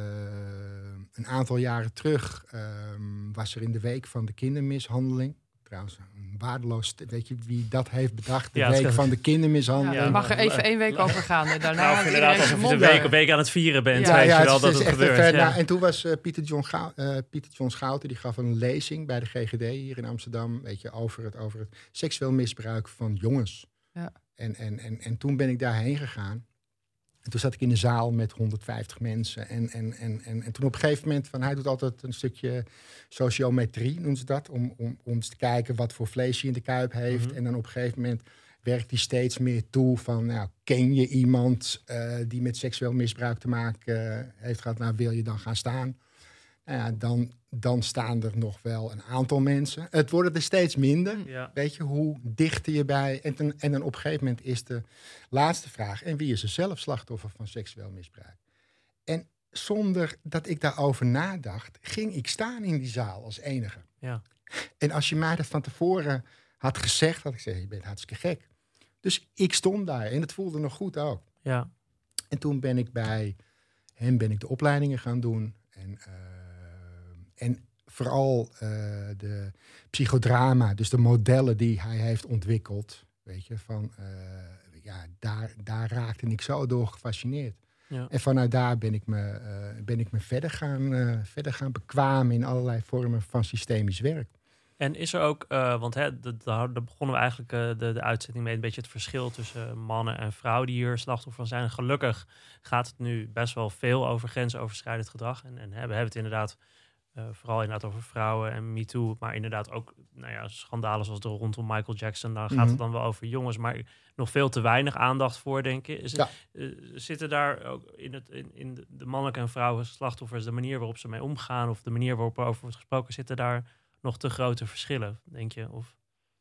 een aantal jaren terug, uh, was er in de week van de kindermishandeling. Trouwens, een waardeloos... Weet je wie dat heeft bedacht? De ja, week kan... van de kindermishandeling. Ja, mag er even één week over gaan. En daarna nou, inderdaad, alsof je de week, een week aan het vieren bent. Ja, weet ja, je wel het dat is het echt gebeurt. Ver, Ja. nou, en toen was uh, Pieter John, Gou- uh, Pieter John Schouten, die gaf een lezing bij de G G D hier in Amsterdam. Weet je, over het, over het seksueel misbruik van jongens. Ja. En, en, en, en toen ben ik daarheen gegaan. En toen zat ik in een zaal met honderdvijftig mensen. En, en, en, en, en toen op een gegeven moment... van hij doet altijd een stukje sociometrie, noemen ze dat. Om, om, om eens te kijken wat voor vlees je in de kuip heeft. Mm-hmm. En dan op een gegeven moment werkt hij steeds meer toe van... Nou, ken je iemand uh, die met seksueel misbruik te maken uh, heeft gehad? Nou, wil je dan gaan staan? Nou ja, dan, dan staan er nog wel een aantal mensen. Het worden er steeds minder. Ja. Weet je, hoe dichter je bij... En, ten, en dan op een gegeven moment is de laatste vraag... en wie is er zelf slachtoffer van seksueel misbruik? En zonder dat ik daarover nadacht... ging ik staan in die zaal als enige. Ja. En als je mij dat van tevoren had gezegd... had ik gezegd, je bent hartstikke gek. Dus ik stond daar en het voelde nog goed ook. Ja. En toen ben ik bij hem ben ik de opleidingen gaan doen... En, uh, en vooral uh, de psychodrama, dus de modellen die hij heeft ontwikkeld, weet je, van uh, ja, daar, daar raakte ik zo door gefascineerd. Ja. En vanuit daar ben ik me, uh, ben ik me verder, gaan, uh, verder gaan bekwamen in allerlei vormen van systemisch werk. En is er ook, uh, want hè, de, de, daar begonnen we eigenlijk uh, de, de uitzending mee, een beetje het verschil tussen mannen en vrouwen die hier slachtoffer van zijn. En gelukkig gaat het nu best wel veel over grensoverschrijdend gedrag. En, en hè, we hebben het inderdaad uh, vooral inderdaad over vrouwen en MeToo, maar inderdaad ook nou ja, schandalen zoals de rondom Michael Jackson. Daar gaat Mm-hmm. het dan wel over jongens, maar nog veel te weinig aandacht voor, denk ik. Is het, Ja. uh, zitten daar ook in, het, in, in de mannelijke en vrouwelijke slachtoffers, de manier waarop ze mee omgaan of de manier waarop er over wordt gesproken, zitten daar nog te grote verschillen, denk je? Of...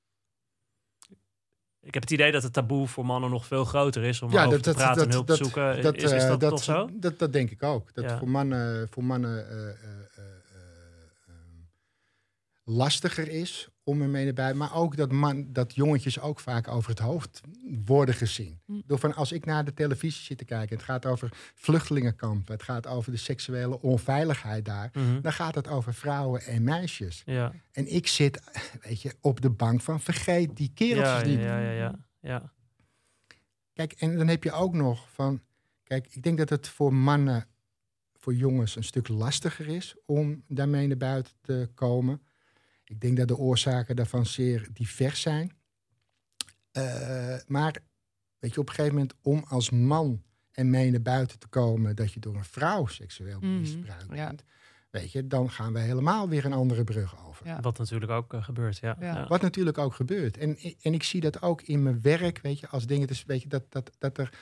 Ik heb het idee dat het taboe voor mannen nog veel groter is om ja, over dat, te praten dat, en hulp dat, te zoeken. Dat, is, is dat, dat toch zo? Dat, dat denk ik ook. Dat ja. voor mannen, voor mannen uh, uh, uh, uh, lastiger is om ermee erbij. Maar ook dat, man, dat jongetjes ook vaak over het hoofd worden gezien. Hm. Door van als ik naar de televisie zit te kijken, het gaat over vluchtelingenkampen, het gaat over de seksuele onveiligheid daar. Mm-hmm. Dan gaat het over vrouwen en meisjes. Ja. En ik zit, weet je, op de bank van vergeet die kereltjes ja, niet. Ja, ja, ja, ja. Kijk, en dan heb je ook nog van... Kijk, ik denk dat het voor mannen, voor jongens een stuk lastiger is om daarmee naar buiten te komen. Ik denk dat de oorzaken daarvan zeer divers zijn. Uh, maar, weet je, op een gegeven moment om als man ermee naar buiten te komen dat je door een vrouw seksueel misbruikt mm, ja. bent, weet je, dan gaan we helemaal weer een andere brug over. Ja. Wat natuurlijk ook uh, gebeurt, ja. Ja. ja. Wat natuurlijk ook gebeurt. En, en ik zie dat ook in mijn werk, weet je, als dingen, dus weet je, dat, dat, dat er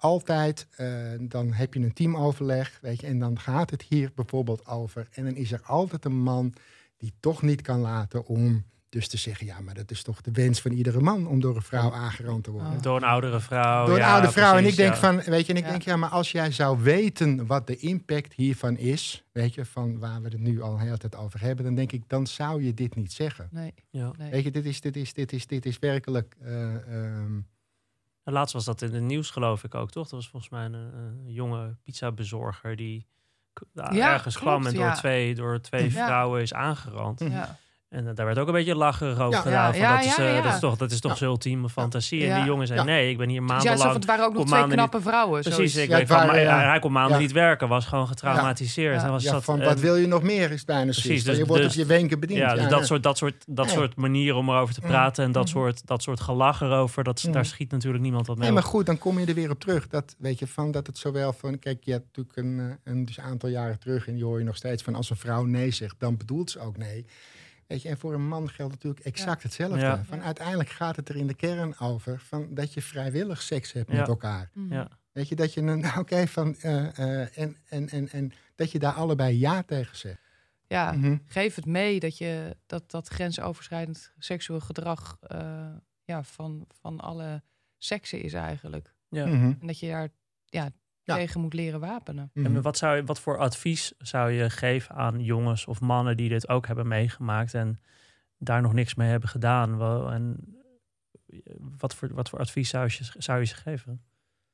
altijd, uh, dan heb je een teamoverleg, weet je, en dan gaat het hier bijvoorbeeld over. En dan is er altijd een man die toch niet kan laten om dus te zeggen, ja, maar dat is toch de wens van iedere man om door een vrouw aangerand te worden. Oh. Door een oudere vrouw. Door een ja, oude vrouw. Precies, en ik denk ja. van, weet je, en ik Ja. denk, ja, maar als jij zou weten wat de impact hiervan is, weet je, van waar we het nu al de hele tijd over hebben, dan denk ik, dan zou je dit niet zeggen. Nee. Ja. nee. Weet je, dit is, dit is, dit is, dit is werkelijk. Uh, um... En laatst was dat in het nieuws, geloof ik ook, toch? Dat was volgens mij een, een jonge pizzabezorger die uh, Ja, ergens klopt, kwam en door ja. twee, door twee Ja. vrouwen is aangerand. Ja. En uh, daar werd ook een beetje lacherig over Ja. gedaan. Ja, van, ja, dat, is, uh, ja, ja. dat is toch, dat is toch Ja. zijn ultieme fantasie. Ja. En die jongen zei, Ja. nee, ik ben hier Ja, zo, maandenlang... want het waren ook nog kom twee maanden knappe vrouwen. Precies, zoiets. ik Ja, weet het van, waren, maar, ja. hij kon maanden Ja. niet werken, was gewoon getraumatiseerd. Ja. Hij was Ja, zat, van en- wat wil je nog meer, is het bijna Precies, zoiets. dus- je wordt dus- op je wenken bediend. Ja, dus Ja, dat, ja. soort, dat, soort, dat Nee. soort manier om erover te praten en dat, Mhm. soort, dat soort gelach erover, dat, Mhm. daar schiet natuurlijk niemand wat mee Nee, maar op. goed, dan kom je er weer op terug. Dat, weet je, van dat het zowel van... Kijk, je hebt natuurlijk een, eh, een dus aantal jaren terug... en die hoor je nog steeds van als een vrouw nee zegt... dan bedoelt ze ook nee. Weet je, en voor een man geldt natuurlijk exact Ja. hetzelfde. Ja. Van uiteindelijk gaat het er in de kern over... Van dat je vrijwillig seks hebt Ja. met elkaar. Mhm. Ja. Weet je, dat je een... Oké, okay, van... Uh, uh, en, en, en, en dat je daar allebei ja tegen zegt. Ja, Mhm. geef het mee dat je dat, dat grensoverschrijdend seksueel gedrag uh, ja, van, van alle seksen is eigenlijk. Ja. Mhm. En dat je daar ja, Ja. tegen moet leren wapenen. Mhm. En wat, zou je, wat voor advies zou je geven aan jongens of mannen die dit ook hebben meegemaakt en daar nog niks mee hebben gedaan? Wel, en wat voor, wat voor advies zou je, zou je ze geven?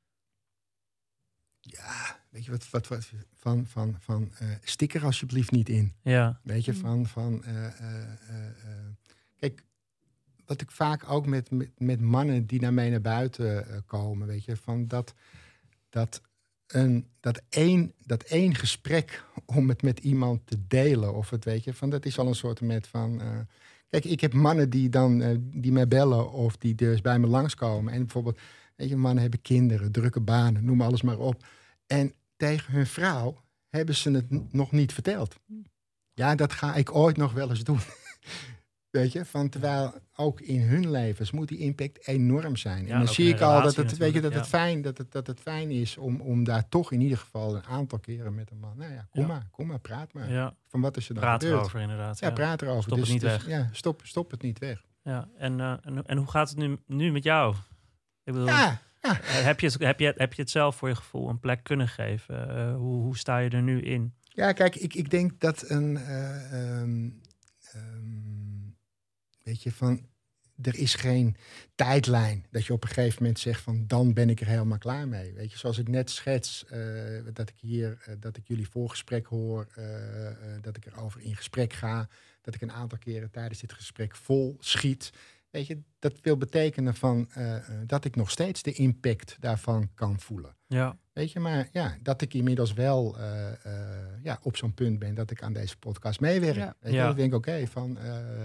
Ja, weet je wat, wat, wat van, van, van uh, stik er alsjeblieft niet in. Ja. Weet je, Mm. van, van uh, uh, uh, uh, kijk, wat ik vaak ook met, met, met mannen die naar mij naar buiten uh, komen, weet je, van dat, dat, een, dat, één, dat één gesprek om het met iemand te delen, of het, weet je, van dat is al een soort met van... Uh, kijk, ik heb mannen die dan uh, die mij bellen of die dus bij me langskomen. En bijvoorbeeld, weet je, mannen hebben kinderen, drukke banen, noem alles maar op. En tegen hun vrouw hebben ze het n- nog niet verteld. Ja, dat ga ik ooit nog wel eens doen. Weet je, van terwijl ook in hun levens moet die impact enorm zijn. Ja, en dan ook zie in ik een al dat relatie het, weet je, dat, natuurlijk, het fijn, dat, het, dat het fijn is om, om daar toch in ieder geval een aantal keren met een man. Nou ja, kom Ja. maar, kom maar, praat maar. Ja. Van wat is er dan Praat gebeurd? erover inderdaad. Ja, Ja, praat erover. Stop het niet weg. Ja, stop, stop het niet weg. Ja. En, uh, en, en hoe gaat het nu, nu met jou? Ik bedoel, Ja, uh, heb, je het, heb, je, heb je het zelf voor je gevoel een plek kunnen geven? Uh, hoe, hoe sta je er nu in? ja kijk, ik, ik denk dat een... Uh, um, um, weet je, van... Er is geen tijdlijn dat je op een gegeven moment zegt van dan ben ik er helemaal klaar mee. Weet je, zoals ik net schets, uh, dat ik hier, uh, dat ik jullie voorgesprek hoor, uh, uh, dat ik erover in gesprek ga, dat ik een aantal keren tijdens dit gesprek vol schiet. Weet je, dat wil betekenen van uh, uh, dat ik nog steeds de impact daarvan kan voelen. Ja. Weet je, maar ja, dat ik inmiddels wel uh, uh, ja, op zo'n punt ben dat ik aan deze podcast meewerk. Ja. Weet je, Ja. ik denk oké, okay, van... Uh,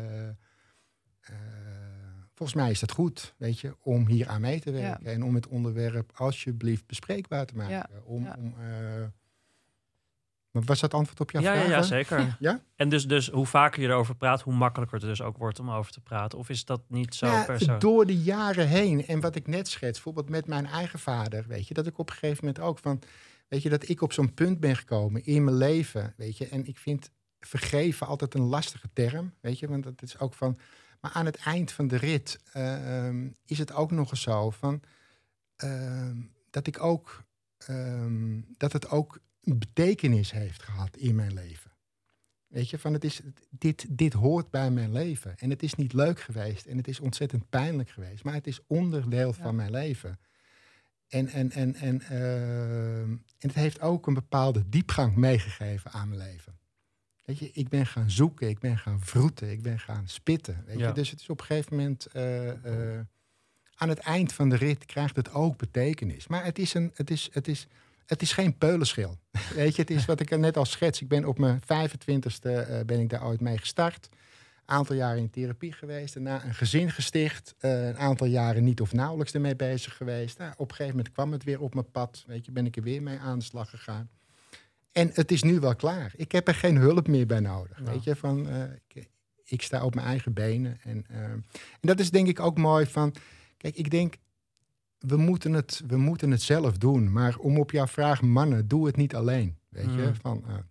uh, volgens mij is dat goed, weet je, om hier aan mee te werken. Ja. En om het onderwerp alsjeblieft bespreekbaar te maken. Ja. Om, Ja. om, uh... Maar was dat antwoord op jouw Ja, vraag? ja, ja, hè? zeker. Ja? En dus, dus hoe vaker je erover praat, hoe makkelijker het dus ook wordt om over te praten. Of is dat niet zo Ja, per se? door de jaren heen. En wat ik net schets, bijvoorbeeld met mijn eigen vader, weet je, dat ik op een gegeven moment ook van, weet je, dat ik op zo'n punt ben gekomen in mijn leven, weet je. En ik vind vergeven altijd een lastige term, weet je, want dat is ook van... Maar aan het eind van de rit uh, um, is het ook nog eens zo van uh, dat ik ook um, dat het ook een betekenis heeft gehad in mijn leven. Weet je, van het is dit, dit hoort bij mijn leven en het is niet leuk geweest en het is ontzettend pijnlijk geweest, maar het is onderdeel Ja. van mijn leven. En en en en, uh, en het heeft ook een bepaalde diepgang meegegeven aan mijn leven. Weet je, ik ben gaan zoeken, ik ben gaan vroeten, ik ben gaan spitten. Weet Ja. je? Dus het is op een gegeven moment... Uh, uh, aan het eind van de rit krijgt het ook betekenis. Maar het is, een, het is, het is, het is geen peulenschil. Weet je, het is wat ik net al schets. Ik ben op mijn vijfentwintigste uh, ben ik daar ooit mee gestart. Een aantal jaren in therapie geweest. Daarna een gezin gesticht. Uh, een aantal jaren niet of nauwelijks ermee bezig geweest. Nou, op een gegeven moment kwam het weer op mijn pad. Weet je, ben ik er weer mee aan de slag gegaan. En het is nu wel klaar. Ik heb er geen hulp meer bij nodig. Nou. Weet je, van, uh, ik, ik sta op mijn eigen benen. En, uh, en dat is denk ik ook mooi van... Kijk, ik denk... we moeten, het, we moeten het zelf doen. Maar om op jouw vraag, mannen, doe het niet alleen. Weet Mm. je, van... Uh,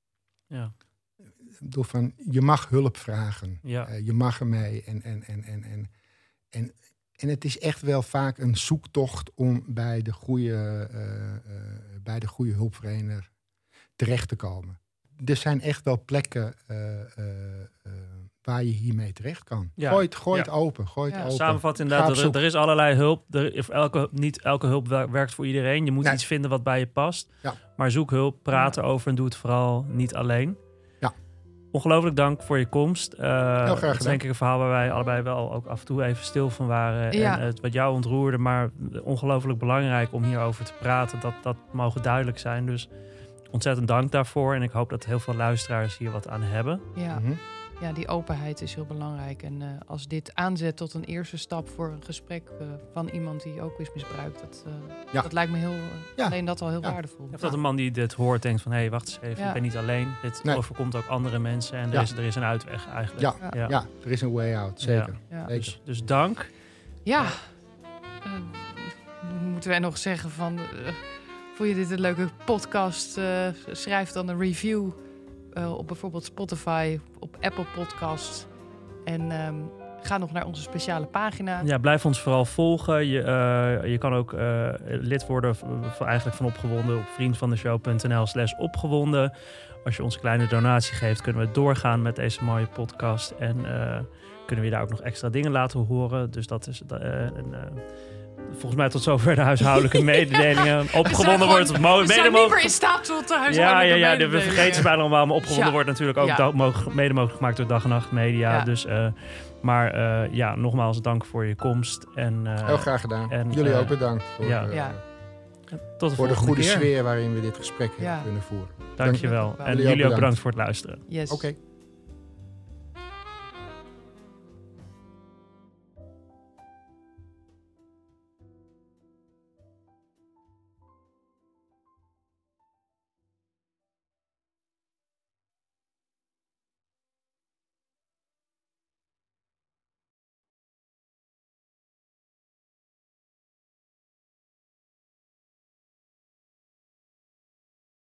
Ja. Door van, je mag hulp vragen. Ja. Uh, je mag ermee. En, en, en, en, en, en, en het is echt wel vaak een zoektocht om bij de goede, uh, uh, bij de goede hulpverlener terecht te komen. Er zijn echt wel plekken uh, uh, uh, waar je hiermee terecht kan. Ja. Gooi het, gooi Ja. het open. Gooi het Ja. open. Samenvat Ga inderdaad, op er, zoek. er is allerlei hulp. Er, of elke, niet elke hulp wer- werkt voor iedereen. Je moet Nee. iets vinden wat bij je past. Ja. Maar zoek hulp, praat Ja. erover en doe het vooral niet alleen. Ja. Ongelooflijk dank voor je komst. Uh, graag dat is gedaan. denk ik een verhaal waar wij allebei wel ook af en toe even stil van waren. Ja. En het wat jou ontroerde, maar ongelooflijk belangrijk om hierover te praten. Dat, dat mogen duidelijk zijn. Dus ontzettend dank daarvoor. En ik hoop dat heel veel luisteraars hier wat aan hebben. Ja. Mhm. Ja, die openheid is heel belangrijk. En uh, als dit aanzet tot een eerste stap voor een gesprek uh, van iemand die ook is misbruikt, dat, uh, Ja. dat lijkt me heel, uh, Ja. alleen dat al heel Ja. waardevol. Of dat een man die dit hoort denkt van, hé, hey, wacht eens even, Ja. ik ben niet alleen. Dit Nee. overkomt ook andere mensen en er, Ja. is, er is een uitweg eigenlijk. Ja. Ja. Ja, er is een way out. Zeker. Ja. Zeker. Dus, dus dank. Ja, uh, moeten wij nog zeggen van, uh, vond je dit een leuke podcast? Uh, schrijf dan een review uh, op bijvoorbeeld Spotify, op Apple Podcasts. En um, ga nog naar onze speciale pagina. Ja, blijf ons vooral volgen. Je, uh, je kan ook uh, lid worden van, eigenlijk van Opgewonden op vriendvandeshow.nl slash opgewonden. Als je ons een kleine donatie geeft, kunnen we doorgaan met deze mooie podcast. En uh, kunnen we je daar ook nog extra dingen laten horen. Dus dat is... Uh, een, uh, volgens mij tot zover de huishoudelijke mededelingen. Opgewonden wordt het mo- we zijn mede niet meer mogelijk. in staat tot de Ja, huishoudelijke ja, ja, de, we mededelingen. vergeten ze bijna allemaal. Maar opgewonden Ja. wordt natuurlijk ook Ja. da- mogelijk- mede mogelijk gemaakt door Dag en Nacht Media. Ja. Dus, uh, maar uh, ja, nogmaals dank voor je komst. En, uh, Heel graag gedaan. en, Jullie uh, ook bedankt voor, ja. uh, Ja. tot de voor de volgende goede keer. sfeer waarin we dit gesprek Ja. hebben kunnen voeren. Dankjewel. Dank- En Jullie ook jullie ook bedankt. bedankt voor het luisteren. Yes. Oké. Okay.